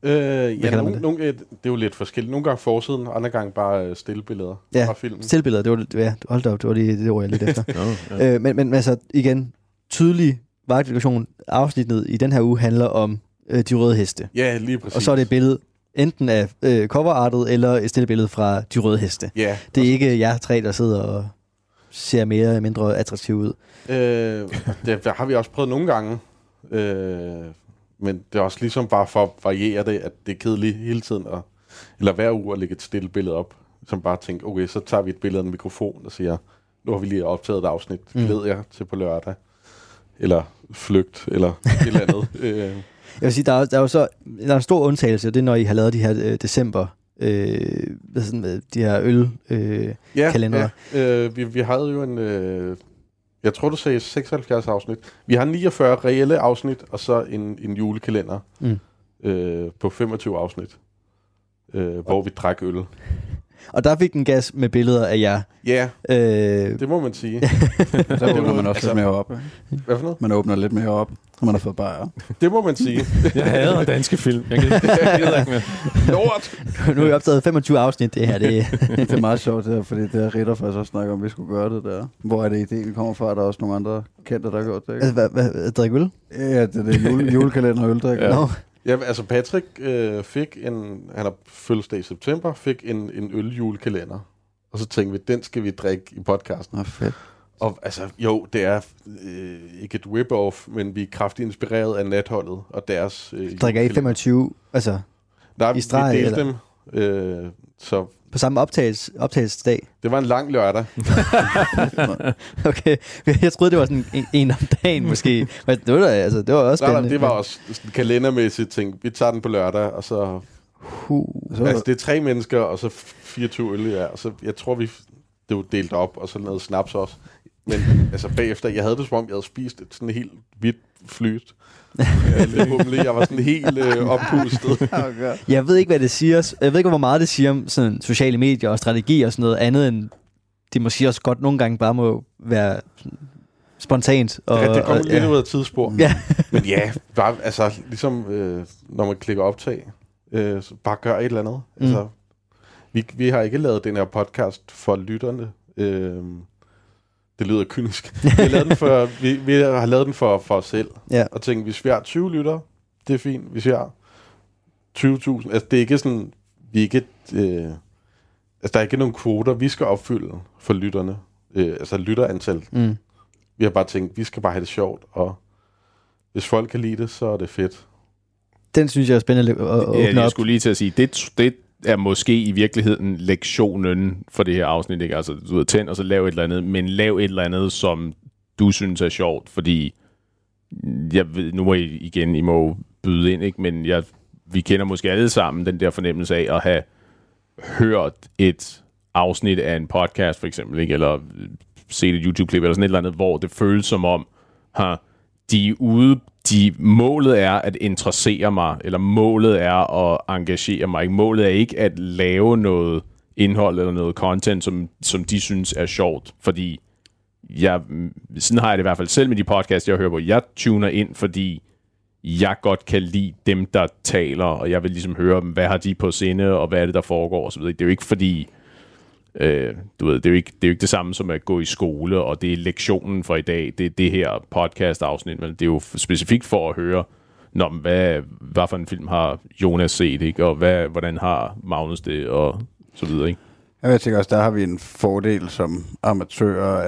Det er jo lidt forskelligt. Nogle gange forsiden, andre gange bare stillbilleder fra filmen. Stillbilleder, hold op, det var det ord, jeg lidt efter. Men altså, igen, tydelig varedeklaration. Afsnittet i den her uge handler om de røde heste. Ja, lige præcis. Og så er det et billede enten af coverartet, eller et stillbillede fra de røde heste. Ja. Det er ikke jer tre, der sidder og ser mere eller mindre attraktiv ud. Det har vi også prøvet nogle gange. Men det er også ligesom bare for at variere det, at det er kedeligt hele tiden, eller hver uge at lægge et stille billede op, som bare tænker, okay, så tager vi et billede af en mikrofon, og siger, nu har vi lige optaget et afsnit, glæder jer til på lørdag, eller flygt, eller et eller andet. Jeg vil sige, der er jo så der er en stor undtagelse, og det er, når I har lavet de her december, de her kalendere. Vi havde jo en... jeg tror, du sagde 76 afsnit. Vi har 49 reelle afsnit, og så en julekalender på 25 afsnit, hvor vi drak øl. Og der fik den gas med billeder af jer. Ja, det må man sige. Så åbner man også lidt mere op. Hvad for noget? Man åbner lidt mere op, når man har fået bajer. Det må man sige. Jeg hader danske film. Jeg gider ikke mere. Lort! Nu har vi optaget 25 afsnit, det her. Det er meget sjovt, det her, fordi det er Ritter faktisk også snakker om, vi skulle gøre det der. Hvor er det ideen kommer fra? Der er også nogle andre kendte, der har gjort det, ikke? Altså, hvad drikke øl? Ja, det er julekalender og øldrik. Ja. No. Ja, altså Patrick fik han har fødselsdag i september, fik en øljulekalender. Og så tænkte vi, den skal vi drikke i podcasten. Fedt. Og altså, jo, det er ikke et rip-off, men vi er kraftigt inspireret af Natholdet og deres drikker I 25, altså i streg? Vi delte dem, så... På samme optagelsesdag? Det var en lang lørdag. Okay, jeg troede, det var sådan en om dagen måske. Men det var også spændende. Nej, det var også kalendermæssigt ting. Vi tager den på lørdag, og så... Altså, det er 3 mennesker, og så 24 øl, ja. Og så, jeg tror, det var delt op, og så noget snaps også. Men altså bagefter, jeg havde det som om, jeg havde spist et sådan helt hvidt flyt. Jeg var sådan helt oppustet. Jeg ved ikke, hvad det siger. Jeg ved ikke, hvor meget det siger om sådan sociale medier og strategi og sådan noget andet, end det måske også godt nogle gange bare må være spontant. Og, det kommer lidt ud af tidsspor. Ja. Men ja, bare, altså ligesom når man klikker optag, så bare gør et eller andet. Altså, vi har ikke lavet den her podcast for lytterne. Det lyder kynisk. Vi har lavet den for os selv. Ja. Og tænkte, hvis vi har 20 lyttere, det er fint. Hvis vi har 20.000, altså det er ikke sådan, der er ikke nogen kvoter, vi skal opfylde for lytterne. Altså lytterantal. Vi har bare tænkt, vi skal bare have det sjovt, og hvis folk kan lide det, så er det fedt. Den synes jeg er spændende at åbne op. Jeg skulle lige til at sige, det er måske i virkeligheden lektionen for det her afsnit, ikke? Altså, du ved, tænd og så lav et eller andet, men lav et eller andet, som du synes er sjovt, fordi jeg ved, nu må I må byde ind, ikke? Men vi kender måske alle sammen den der fornemmelse af at have hørt et afsnit af en podcast, for eksempel, ikke? Eller set et YouTube-klip, eller sådan et eller andet, hvor det føles som om, de er ude, målet er at interessere mig, eller målet er at engagere mig. Målet er ikke at lave noget indhold eller noget content, som de synes er sjovt, fordi sådan har jeg det i hvert fald selv med de podcasts, jeg hører på. Jeg tuner ind, fordi jeg godt kan lide dem, der taler, og jeg vil ligesom høre dem, hvad har de på sinde, og hvad er det, der foregår, og så videre. Det er jo ikke fordi, du ved, det er jo ikke det samme som at gå i skole, og det er lektionen for i dag, det er det her podcast-afsnit, men det er jo specifikt for at høre, hvad for en film har Jonas set, ikke? Og hvordan har Magnus det, og så videre, ikke? Jeg tænker også, der har vi en fordel som amatører,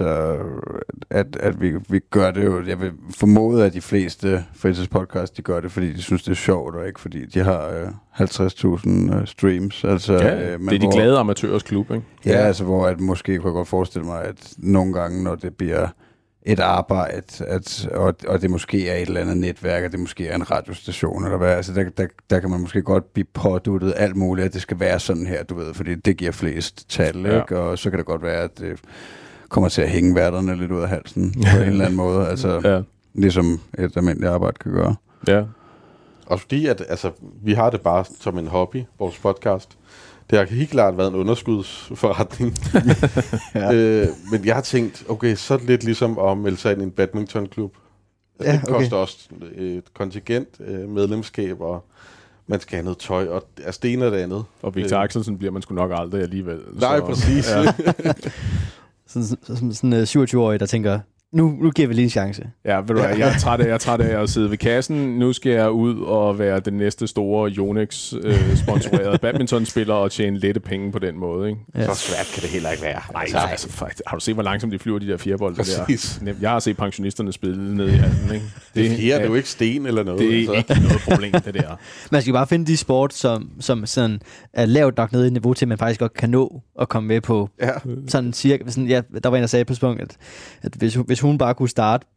at vi gør det jo. Jeg vil formode, at de fleste fritidspodcasts, de gør det, fordi de synes, det er sjovt, og ikke fordi de har 50.000 streams. Altså, det er de glade amatørers klub, ikke? Ja, altså hvor at måske kunne jeg godt forestille mig, at nogle gange, når det bliver et arbejde, og det måske er et eller andet netværk, og det måske er en radiostation, eller hvad, altså der kan man måske godt blive påduttet alt muligt, at det skal være sådan her, du ved, fordi det giver flest tal, ikke? Og så kan det godt være, at det kommer til at hænge værterne lidt ud af halsen på en eller anden måde, altså ligesom et almindeligt arbejde kan gøre. Ja. Og fordi, at vi har det bare som en hobby, vores podcast. Det har helt klart været en underskudsforretning. Men jeg har tænkt, okay, så lidt ligesom at melde sig ind i en badmintonklub. Det koster også et kontingent, medlemskab, og man skal have noget tøj, og altså det ene og det andet. Og Victor Axelsen bliver man sgu nok aldrig alligevel. Nej, præcis. Ja. sådan en 27-årig, der tænker, nu giver vi lige en chance. Ja, ved du hvad, jeg er træt af at sidde ved kassen. Nu skal jeg ud og være den næste store Yonex-sponsorerede badmintonspiller og tjene lette penge på den måde. Ikke? Ja. Så svært kan det heller ikke være. Nej, altså, har du set, hvor langsomt de flyver, de der fjerbolde der? Jeg har set pensionisterne spille ned i handen. Ikke? Det er jo ikke sten eller noget. Det er ikke noget problem, det der. Man skal bare finde de sport, som sådan er lavt nok nede i niveau til, at man faktisk godt kan nå at komme med på. Ja. Sådan cirka, sådan, der var en, der sagde på et punkt, at hvis hun bare kunne starte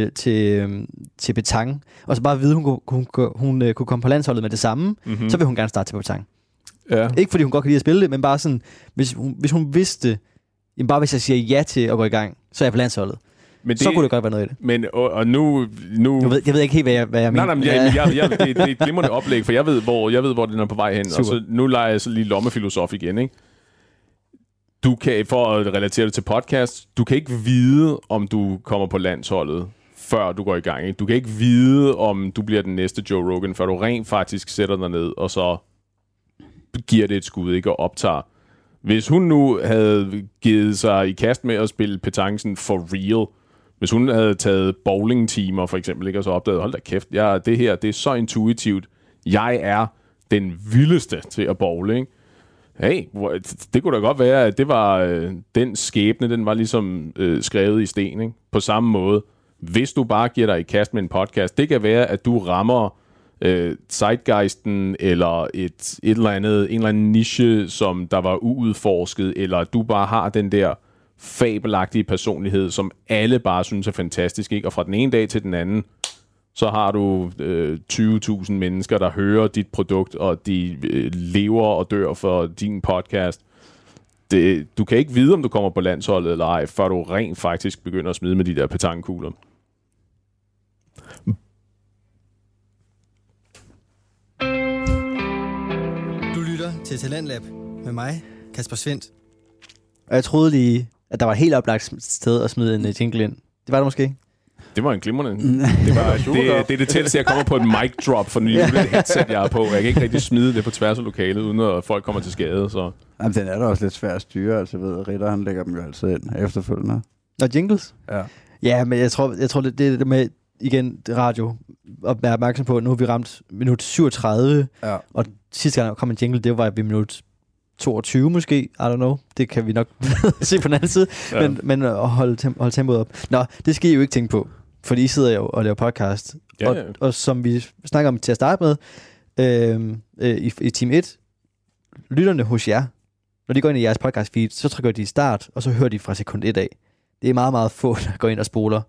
til petanque, og så bare vide, hun kunne komme på landsholdet med det samme, så vil hun gerne starte til petanque. Ja. Ikke fordi hun godt kan lide at spille det, men bare sådan, hvis hun vidste, jamen bare hvis jeg siger ja til at gå i gang, så er jeg på landsholdet. Men så kunne det godt være noget i det. Men og nu jeg ved ikke helt, hvad jeg mener. Nej, det er et glimrende oplæg, for jeg ved, hvor den er på vej hen. Super. Og så nu leger jeg så lige lommefilosof igen, ikke? Du kan, for at relatere det til podcast, du kan ikke vide, om du kommer på landsholdet, før du går i gang. Ikke? Du kan ikke vide, om du bliver den næste Joe Rogan, før du rent faktisk sætter dig ned, og så giver det et skud, ikke, og optager. Hvis hun nu havde givet sig i kast med at spille petancen for real, hvis hun havde taget bowling-timer for eksempel, ikke, og så opdaget, hold da kæft, det her, det er så intuitivt. Jeg er den vildeste til at bowle, ikke? Hey, det kunne da godt være, at det var den skæbne, den var ligesom skrevet i sten, ikke? På samme måde. Hvis du bare giver dig i kast med en podcast, det kan være, at du rammer zeitgeisten, eller en eller anden niche, som der var uudforsket, eller du bare har den der fabelagtige personlighed, som alle bare synes er fantastisk, ikke? Og fra den ene dag til den anden, så har du 20.000 mennesker, der hører dit produkt, og de lever og dør for din podcast. Du kan ikke vide, om du kommer på landsholdet eller ej, før du rent faktisk begynder at smide med de der petankugler. Du lytter til Talentlab med mig, Kasper Svendt. Og jeg troede lige, at der var et helt oplagt sted at smide en jingle ind. Det var det måske ikke? Det var en glimrende. Det er det tætteste, jeg kommer på et mic drop for nye headset, jeg er på. Jeg kan ikke rigtig smide det på tværs af lokalet, uden at folk kommer til skade. Så. Jamen, den er da også lidt svær at styre. Altså, ved Ritter, han lægger dem jo altid ind efterfølgende. Og jingles? Ja. Ja, men jeg tror det med, igen, radio, at være opmærksom på, at nu har vi ramt minut 37, og sidste gang kom en jingle, det var ved minut 22 måske, I don't know. Det kan vi nok se på den anden side. Ja. Men at holde tempoet op. Nå, det skal I jo ikke tænke på, fordi I sidder jo og laver podcast. Ja, ja. Og som vi snakker om til at starte med, i Team 1, lytterne hos jer, når de går ind i jeres podcast feed, så trykker de start, og så hører de fra sekund 1 af. Det er meget, meget få, der går ind og spoler.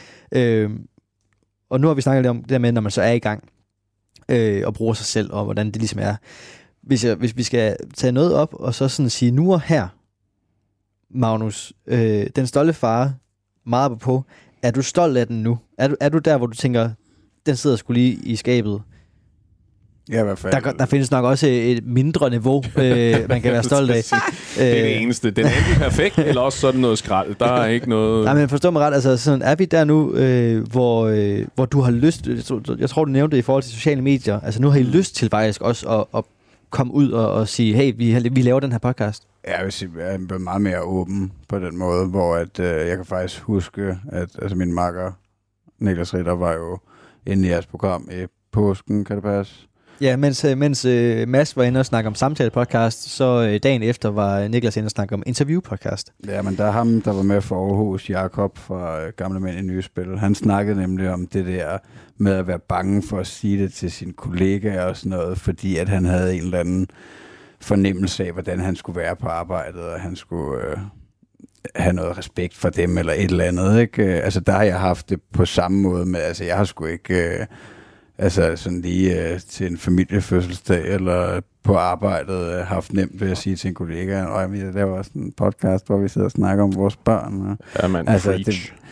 Og nu har vi snakket lidt om det der med, når man så er i gang, og bruger sig selv, og hvordan det ligesom er. Hvis vi skal tage noget op, og så sådan sige, nu og her, Magnus, den stolte far, meget på, er du stolt af den nu? Er du der, hvor du tænker, den sidder sgu lige i skabet? Ja, i hvert fald. Der findes nok også et mindre niveau, man kan være stolt af. Det er det eneste. Den er enten perfekt, eller også sådan noget skrald. Der er ikke noget... Nej, men forstår mig ret, altså sådan, er vi der nu, hvor du har lyst, jeg tror, du nævnte det i forhold til sociale medier, altså nu har I lyst til faktisk også at komme ud og sige, hey, vi laver den her podcast? Ja, jeg vil sige, jeg er meget mere åben på den måde, hvor at, jeg kan faktisk huske, at altså, min makker, Niklas Ritter, var jo inde i jeres program i påsken, kan det passe? Ja, mens Mads var inde og snakke om samtale-podcast, så dagen efter var Niklas inde og snakke om interview-podcast. Ja, men der er ham, der var med for Aarhus, Jakob fra Gamle Mænd i Nye Spil. Han snakkede nemlig om det der med at være bange for at sige det til sine kollegaer og sådan noget, fordi at han havde en eller anden fornemmelse af, hvordan han skulle være på arbejdet, og han skulle have noget respekt for dem eller et eller andet, ikke? Altså, der har jeg haft det på samme måde med, altså, jeg har sgu ikke... Altså sådan lige til en familiefødselsdag eller på arbejdet haft nemt ved at sige til en kollega, og jeg laver også en podcast, hvor vi sidder og snakker om vores børn. Ja, man, altså,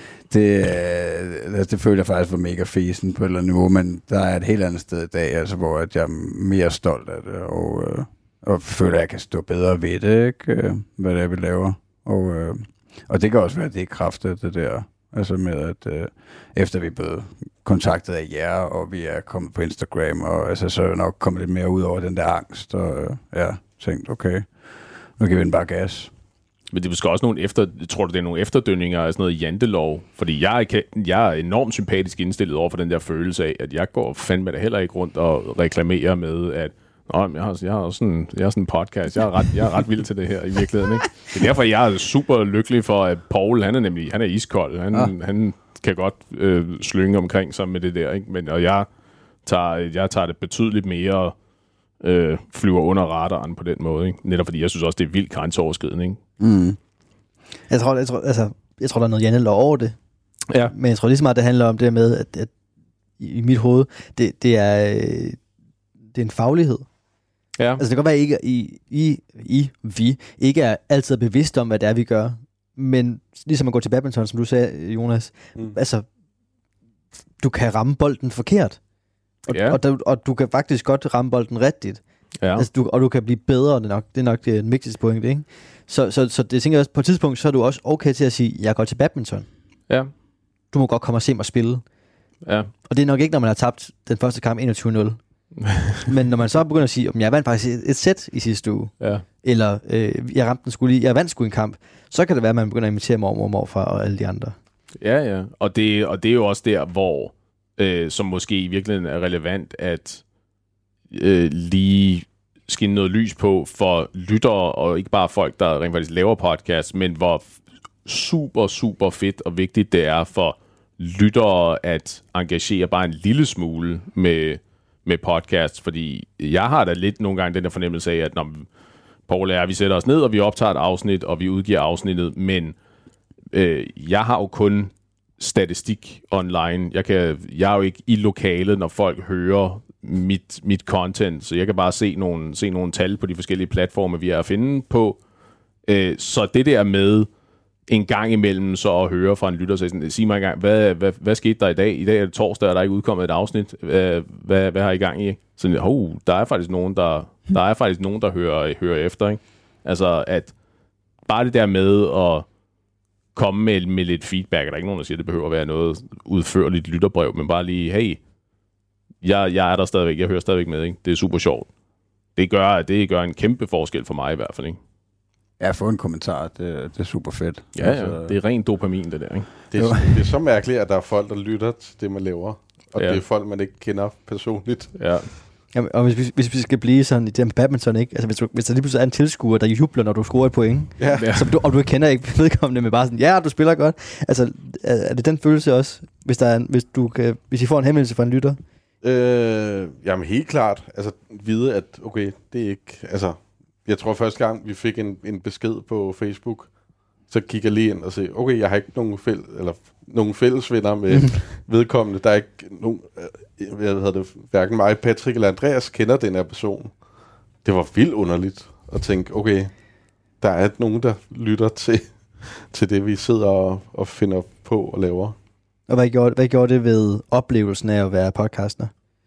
det føler jeg faktisk var mega fesen på et eller andet niveau, men der er et helt andet sted i dag, altså, hvor at jeg er mere stolt af det, og føler, at jeg kan stå bedre ved det, ikke? Hvad det er, vi laver. Og det kan også være, at det er kraft af det der, altså med, at efter vi er blevet kontaktet af jer, og vi er kommet på Instagram, og altså, så er jeg nok kommet lidt mere ud over den der angst, og tænkt, okay, nu giver vi den bare gas. Men det er måske også tror du, det er nogle efterdønninger af sådan noget jantelov? Fordi jeg er enormt sympatisk indstillet over for den der følelse af, at jeg går fandme da heller ikke rundt og reklamerer med, at jeg har sådan en podcast. Jeg er ret vild til det her i virkeligheden. Ikke? Det er derfor, jeg er super lykkelig for, at Paul, han er iskold. Han kan godt slynge omkring sig med det der. Ikke? Og jeg tager det betydeligt mere flyver under radaren på den måde. Ikke? Netop fordi jeg synes også, det er vildt grænseoverskridende. Ikke? Mm. Jeg tror, der er noget jantelov over det. Ja. Men jeg tror lige så meget, det handler om det med, at i mit hoved, det er en faglighed. Ja. Altså det kan godt være, at vi ikke er altid bevidste om, hvad det er, vi gør. Men ligesom at gå til badminton, som du sagde, Jonas, altså, du kan ramme bolden forkert. Og du kan faktisk godt ramme bolden rigtigt. Ja. Altså, og du kan blive bedre, det er nok det vigtigste point, ikke? Så det tænker jeg også, på et tidspunkt, så er du også okay til at sige, jeg går til badminton. Ja. Du må godt komme og se mig spille. Ja. Og det er nok ikke, når man har tabt den første kamp 21-0. Men når man så begynder at sige, at jeg vandt faktisk et sæt i sidste uge, eller jeg vandt sgu en kamp, så kan det være, at man begynder at imitere mormor og morfar og alle de andre. Ja. Og det er jo også der, hvor som måske i virkeligheden er relevant, at lige skinne noget lys på for lyttere, og ikke bare folk, der rent faktisk laver podcast, men hvor super, super fedt og vigtigt det er for lyttere at engagere bare en lille smule med podcast, fordi jeg har da lidt nogle gange den der fornemmelse af, at når Paul og vi sætter os ned, og vi optager et afsnit, og vi udgiver afsnittet, men jeg har jo kun statistik online. Jeg er jo ikke i lokalet, når folk hører mit content, så jeg kan bare se nogle tal på de forskellige platforme, vi er at finde på. Så det der med en gang imellem så at høre fra en lytter, så sig mig engang, hvad skete der i dag? I dag er det torsdag, og der er ikke udkommet et afsnit. Hvad har I gang i? Så der er faktisk nogen, der hører efter. Ikke? Altså, at bare det der med at komme med lidt feedback, er der ikke nogen, der siger, at det behøver at være noget udførligt lytterbrev, men bare lige, hey, jeg er der stadigvæk, jeg hører stadigvæk med, ikke? Det er super sjovt. Det gør en kæmpe forskel for mig i hvert fald, ikke? Ja, få en kommentar, det er super fedt. Ja, altså, det er rent dopamin, det der, ikke? Det er så mærkeligt, at der er folk, der lytter til det, man laver, og det er folk, man ikke kender personligt. Ja. Jamen, og hvis vi skal blive sådan i den badminton, ikke? Altså, hvis der lige pludselig er en tilskuer, der jubler, når du scorer et point, og du kender ikke vedkommende med bare sådan, du spiller godt. Altså, er det den følelse også, hvis I får en henvendelse fra en lytter? Jamen, helt klart. Altså, vide, at okay, det er ikke... Altså, jeg tror første gang, vi fik en besked på Facebook, så kigger jeg lige ind og siger, okay, jeg har ikke nogen fællesvenner med vedkommende. Der er ikke nogen... hverken mig, Patrick eller Andreas kender den her person. Det var vildt underligt at tænke, okay, der er nogen, der lytter til det, vi sidder og finder på og laver. Og hvad gjorde det ved oplevelsen af at være podcaster?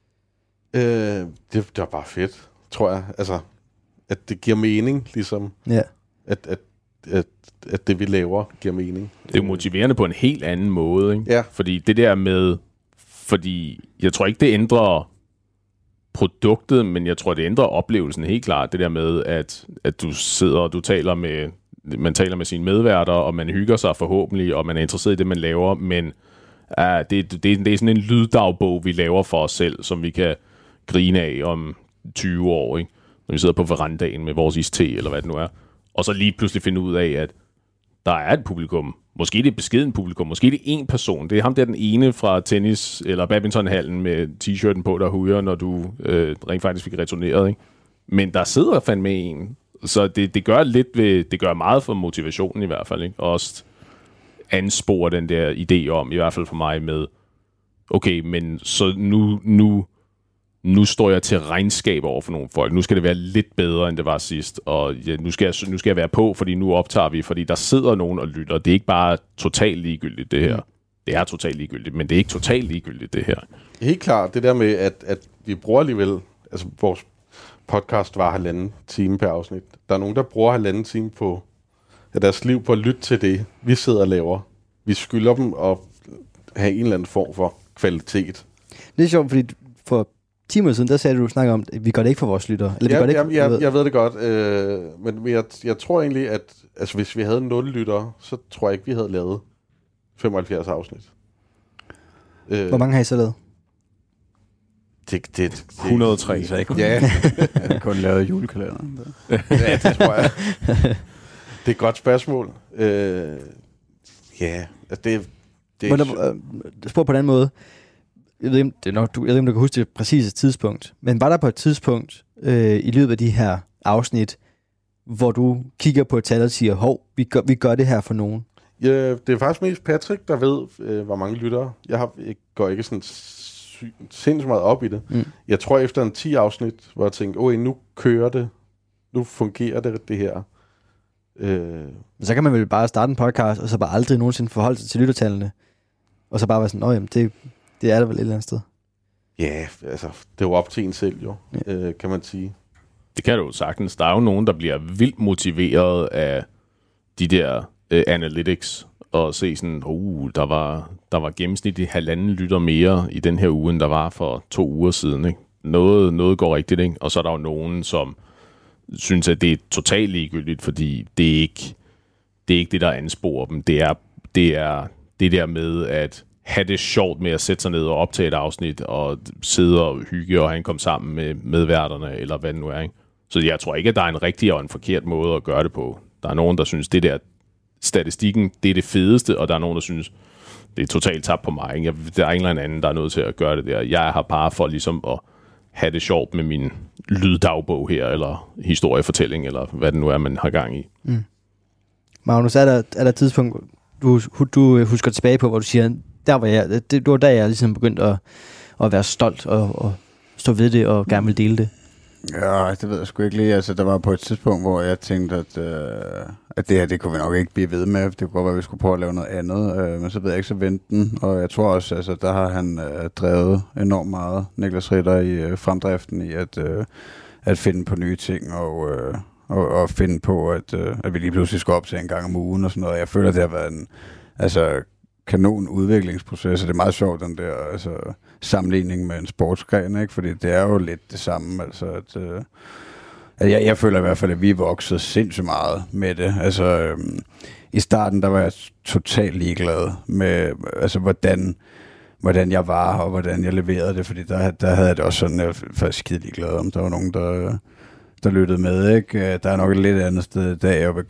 Det var bare fedt, tror jeg. Altså, at det giver mening, ligesom. Ja. At det, vi laver, giver mening. Det er motiverende på en helt anden måde, ikke? Ja. Fordi det der med... Fordi jeg tror ikke, det ændrer produktet, men jeg tror, det ændrer oplevelsen helt klart. Det der med, at du sidder og man taler med sine medværter, og man hygger sig forhåbentlig, og man er interesseret i det, man laver, men det er sådan en lyddagbog, vi laver for os selv, som vi kan grine af om 20 år, ikke? Når vi sidder på verandaen med vores iste, eller hvad det nu er. Og så lige pludselig finde ud af, at der er et publikum. Måske det er beskeden publikum. Måske det er én person. Det er ham der, den ene fra tennis- eller badmintonhallen med t-shirten på, der hujer, når du rent faktisk fik returneret. Ikke? Men der sidder fandme en. Så det gør det gør meget for motivationen i hvert fald. Ikke? Og også anspore den der idé om, i hvert fald for mig, med okay, men så nu står jeg til regnskab over for nogle folk. Nu skal det være lidt bedre, end det var sidst. Og nu skal jeg være på, fordi nu optager vi. Fordi der sidder nogen og lytter. Det er ikke bare totalt ligegyldigt, det her. Det er totalt ligegyldigt, men det er ikke totalt ligegyldigt, det her. Helt klart. Det der med, at vi bruger alligevel... Altså, vores podcast var 1,5 time per afsnit. Der er nogen, der bruger 1,5 time på deres liv på at lytte til det, vi sidder og laver. Vi skylder dem at have en eller anden form for kvalitet. Det er sjovt, fordi for 10 minutter siden, der sagde du snakke om, at vi gør det ikke for vores lyttere. Eller, ja, jeg ved det godt, men jeg tror egentlig, at altså, hvis vi havde 0 lyttere, så tror jeg ikke, vi havde lavet 75 afsnit. Hvor mange har I så lavet? Det 103. Så ikke. Ja, jeg har kun lavet julekalenderen. Ja, det tror jeg. Det er et godt spørgsmål. Ja, altså Spurg på den måde. Jeg ved ikke, om du kan huske det præcise tidspunkt, men var der på et tidspunkt i løbet af de her afsnit, hvor du kigger på et tal og siger, hov, vi gør det her for nogen? Ja, det er faktisk mest Patrick, der ved, hvor mange lyttere. Jeg går ikke sådan sindssygt meget op i det. Jeg tror efter en 10 afsnit, hvor jeg tænkte, nu kører det, nu fungerer det her. Så kan man vel bare starte en podcast, og så bare aldrig nogensinde forholde sig til lyttertallene, og så bare være sådan, jamen, det er der vel et eller andet sted. Ja, altså, det er jo op til en selv jo, kan man sige. Det kan du jo sagtens. Der er jo nogen, der bliver vildt motiveret af de der analytics, og se sådan, der var gennemsnitligt 1,5 lytter mere i den her uge, end der var for 2 uger siden. Ikke? Noget går rigtigt, ikke? Og så er der jo nogen, som synes, at det er totalt ligegyldigt, fordi det er ikke det, der ansporer dem. Det er det der med at have det sjovt med at sætte sig ned og optage et afsnit, og sidde og hygge og have en kom sammen med medværterne, eller hvad det nu er. Ikke? Så jeg tror ikke, at der er en rigtig og en forkert måde at gøre det på. Der er nogen, der synes, det der statistikken, det er det fedeste, og der er nogen, der synes, det er totalt tabt på mig. Ikke? Der er en eller anden, der er nødt til at gøre det der. Jeg har bare for ligesom at have det sjovt med min lyddagbog her, eller historiefortælling, eller hvad det nu er, man har gang i. Magnus, er der et tidspunkt, du husker tilbage på, hvor du siger, der var jeg, det var da jeg ligesom begyndte at være stolt og stå ved det og gerne vil dele det? Ja, det ved jeg sgu ikke lige. Altså, der var på et tidspunkt, hvor jeg tænkte, at det her, det kunne vi nok ikke blive ved med. Det kunne godt være, at vi skulle prøve at lave noget andet. Men så ved jeg ikke, så vendte den. Og jeg tror også, altså, der har han drevet enormt meget, Niklas Ritter, i fremdriften i at finde på nye ting og finde på, at vi lige pludselig skal op til en gang om ugen og sådan noget. Jeg føler, at det har været en kanon udviklingsproces, og det er meget sjovt, den der sammenligning med en sportsgren, ikke? Fordi det er jo lidt det samme, altså at jeg føler i hvert fald, at vi er vokset sindssygt meget med det. Altså i starten, der var jeg totalt ligeglad med, altså hvordan jeg var, og hvordan jeg leverede det, fordi der havde jeg det også sådan, jeg var faktisk skide ligeglad om, der var nogen, der lyttede med, ikke? Der er nok et lidt andet sted i dag, og vil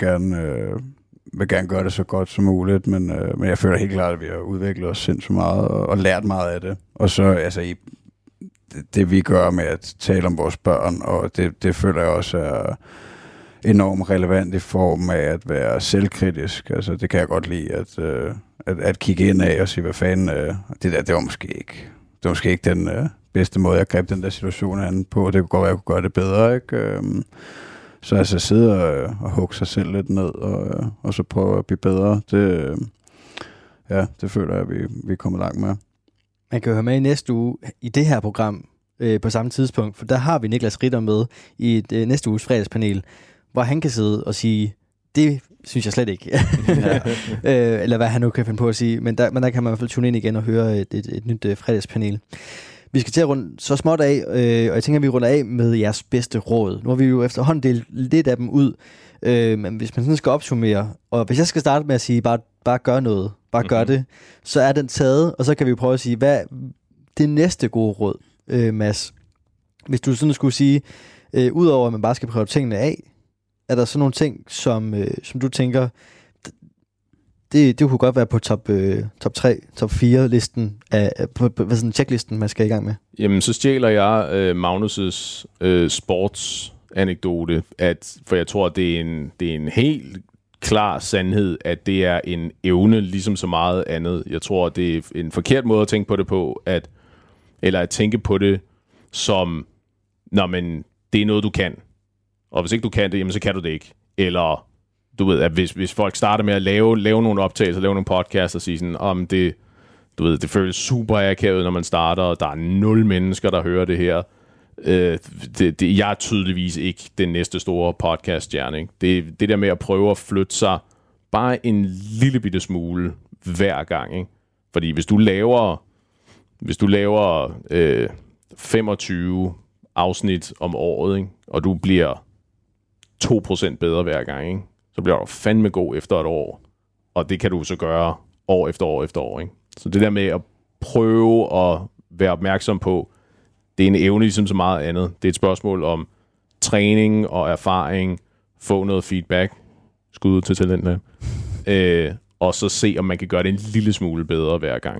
gerne gøre det så godt som muligt, men jeg føler helt klart, at vi har udviklet os sindssygt meget og lært meget af det. Og så altså i det vi gør med at tale om vores børn, og det føler jeg også er enormt relevant i form af at være selvkritisk. Altså det kan jeg godt lide, at kigge ind af og sige, hvad fanden, det var måske ikke den bedste måde, jeg greb den der situation an på. Det kunne godt være, at jeg kunne gøre det bedre, ikke? Så altså sidde og hugge sig selv lidt ned, og så prøve at blive bedre, det føler jeg, at vi er kommet langt med. Man kan jo høre med i næste uge i det her program på samme tidspunkt, for der har vi Niklas Ritter med i næste uges fredagspanel, hvor han kan sidde og sige, det synes jeg slet ikke. Eller hvad han nu kan finde på at sige, men der kan man i hvert fald tune ind igen og høre et nyt fredagspanel. Vi skal til at runde så småt af, og jeg tænker, at vi runder af med jeres bedste råd. Nu har vi jo efterhånden delt lidt af dem ud, men hvis man sådan skal opsummere, og hvis jeg skal starte med at sige, bare gør noget, gør det, så er den taget, og så kan vi jo prøve at sige, hvad det næste gode råd, Mads? Hvis du sådan skulle sige, udover at man bare skal prøve tingene af, er der så nogle ting, som du tænker, det kunne godt være på top 3, top 4 listen på sådan en checklisten, man skal i gang med. Jamen, så stjæler jeg Magnus' sportsanekdote, for jeg tror, det er en helt klar sandhed, at det er en evne, ligesom så meget andet. Jeg tror, det er en forkert måde at tænke på det på, eller at tænke på det som, men det er noget, du kan. Og hvis ikke du kan det, jamen, så kan du det ikke. Eller du ved, at hvis folk starter med at lave nogle optagelser, lave nogle podcasts og sige sådan, det føles super akavet, når man starter, og der er 0 mennesker, der hører det her. Jeg er tydeligvis ikke den næste store podcaststjerne. Det der med at prøve at flytte sig bare en lille bitte smule hver gang. Ikke? Fordi hvis du laver hvis du laver 25 afsnit om året, ikke? Og du bliver 2% bedre hver gang, ikke? Så bliver du fandme god efter et år. Og det kan du så gøre år efter år efter år, ikke? Så det der med at prøve at være opmærksom på, det er en evne ligesom så meget andet. Det er et spørgsmål om træning og erfaring, få noget feedback, skud til talenterne, og så se, om man kan gøre det en lille smule bedre hver gang.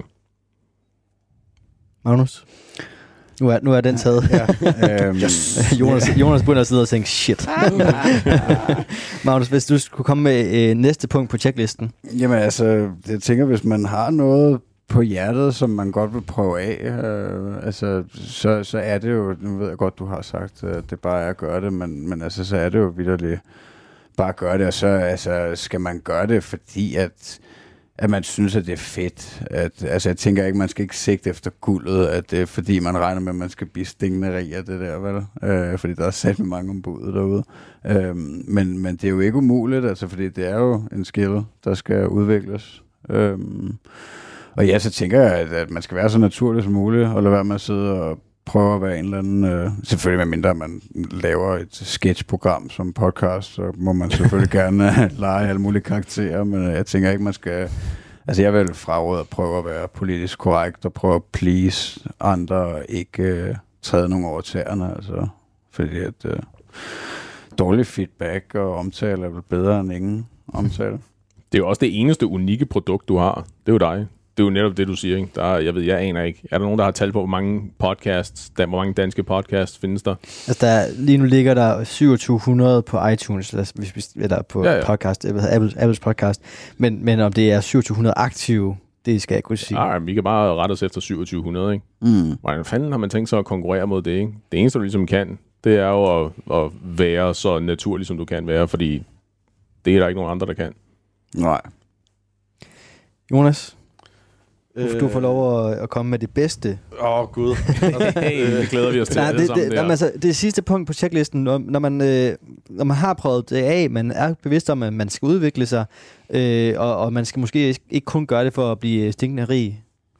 Magnus? Nu er den taget. Ja. Jonas begynder at sidde og tænke, shit. Magnus, hvis du skulle komme med næste punkt på checklisten. Jamen altså, jeg tænker, hvis man har noget på hjertet, som man godt vil prøve af, så er det jo, nu ved jeg godt, du har sagt, at det bare er at gøre det, men altså, så er det jo vitterligt bare at gøre det, og så altså, skal man gøre det, fordi at man synes, at det er fedt. Altså, jeg tænker ikke, man skal ikke sigte efter guldet, at det er fordi, man regner med, at man skal blive stinkende rig af det der, vel? Fordi der er sat med mange ombud derude. Men det er jo ikke umuligt, altså, fordi det er jo en skill, der skal udvikles. Og ja, så tænker jeg, at man skal være så naturlig som muligt, og lade være med at sidde og prøve at være en eller anden... selvfølgelig med mindre, man laver et sketchprogram som podcast, så må man selvfølgelig gerne lege alle mulige karakterer, men jeg tænker ikke, man skal... Altså, jeg vil fraråde at prøve at være politisk korrekt, og prøve at please andre, og ikke træde nogen over tæerne, altså. Fordi at dårlig feedback og omtale er vel bedre end ingen omtale. Det er jo også det eneste unikke produkt, du har. Det er jo dig. Det er jo netop det, du siger, ikke? Jeg aner ikke. Er der nogen, der har talt på, hvor mange podcasts, hvor mange danske podcasts findes der? Altså, lige nu ligger der 2700 på iTunes, eller på podcast, Apples podcast. Men om det er 2700 aktive, det skal jeg ikke kunne sige. Nej, vi kan bare rette os efter 2700, ikke? Hvordan fanden har man tænkt sig at konkurrere mod det, ikke? Det eneste, du ligesom kan, det er jo at være så naturlig, som du kan være, fordi det er der ikke nogen andre, der kan. Nej. Jonas? Du får lov at komme med det bedste. Gud. Det glæder vi os til. Altså, det sidste punkt på checklisten, når man har prøvet det af, man er bevidst om, at man skal udvikle sig, og man skal måske ikke kun gøre det for at blive stinkende rig.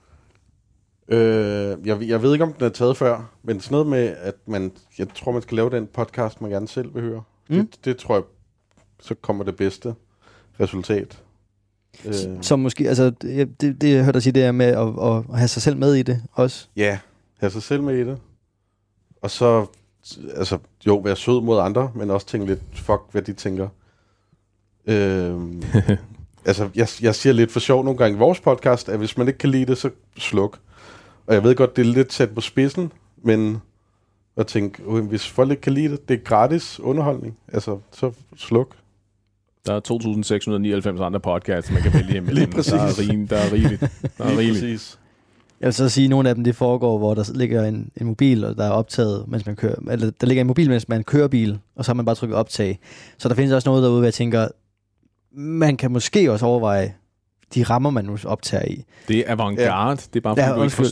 Jeg ved ikke, om den er taget før, men sådan noget med, at jeg tror, man skal lave den podcast, man gerne selv vil høre. Det tror jeg, så kommer det bedste resultat. Som måske, altså, det jeg hørte dig sige, det er med at have sig selv med i det også. Ja, have sig selv med i det. Og så, altså, jo, være sød mod andre, men også tænke lidt, fuck, hvad de tænker. Altså, jeg siger lidt for sjov nogle gange i vores podcast, at hvis man ikke kan lide det, så sluk. Og jeg ved godt, det er lidt sat på spidsen, men at tænke, hvis folk ikke kan lide det, det er gratis underholdning, altså, så sluk. Der er 2.699 andre podcasts, man kan vælge imellem. Lige præcis. Der er rigeligt. Præcis. Jeg vil så sige, at nogle af dem, det foregår, hvor der ligger en mobil, og der er optaget, mens man kører. Eller der ligger en mobil, mens man kører bil, og så har man bare trykket optag. Så der findes også noget derude, hvor jeg tænker, man kan måske også overveje de rammer, man nu optager i. Det er avantgarde. Ja. Det er bare, fordi du ikke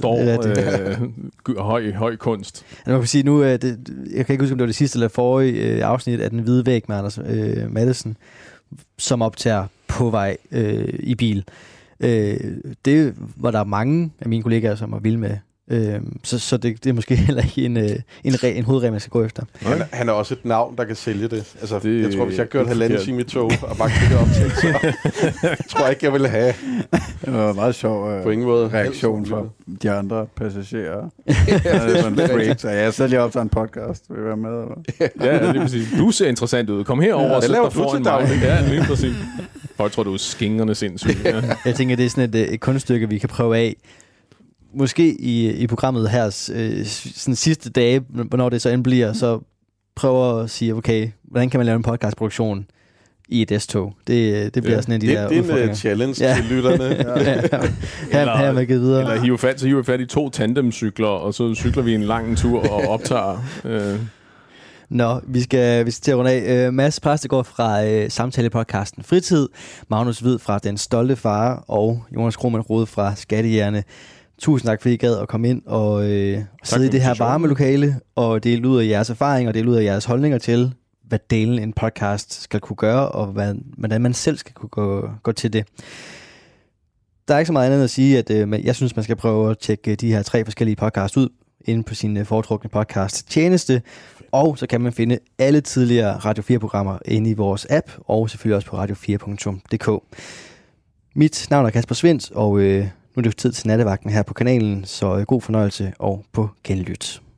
forstår høj kunst. Altså, man kan sige, nu, jeg kan ikke huske, om det var det sidste eller forrige afsnit af Den Hvide Væg med Anders Mattesen, som optager på vej i bil. Det var der mange af mine kollegaer, som var vilde med. Så det er måske heller ikke en hovedregel, man skal gå efter. Han er også et navn, der kan sælge det. Altså, jeg tror, hvis jeg kørte halvanden time i tog og bare klikker op til, så tror jeg ikke, jeg ville have. Det var en meget sjov på ingen måde reaktion fra de andre passagerer. Så jeg sælger op til en podcast. Vil I være med? Eller? Ja, det vil sige. Du ser interessant ud. Kom herover og sæt dig foran mig. Ja, lige præcis. Folk tror, du er skingerne sindssygt. Ja. Jeg tænker, det er sådan et kunststykke, vi kan prøve af. Måske i programmet her sådan sidste dage, hvornår det så end bliver, så prøver at sige, okay, hvordan kan man lave en podcastproduktion i et S-tog? Det bliver sådan en af de der udfordringer. Det er en challenge til lytterne. Her med givet videre. Eller hiver fat i 2 tandemcykler, og så cykler vi en lang tur og optager. Nå, vi skal til at runde af. Mads Præstegård fra samtalepodcasten Fritid, Magnus Hvid fra Den Stolte Far og Jonas Krohmann Rode fra Skattehjerne. Tusind tak, fordi I gad at komme ind og sidde i det her varme lokale og dele ud af jeres erfaringer og dele ud af jeres holdninger til, hvad delen en podcast skal kunne gøre, og hvordan man selv skal kunne gå til det. der er ikke så meget andet at sige, at jeg synes, man skal prøve at tjekke de her 3 forskellige podcasts ud inde på sin foretrukne podcast tjeneste, og så kan man finde alle tidligere Radio 4-programmer inde i vores app, og selvfølgelig også på radio4.dk. Mit navn er Kasper Svindt, og nu er det jo tid til nattevagten her på kanalen, så god fornøjelse og på genlyt.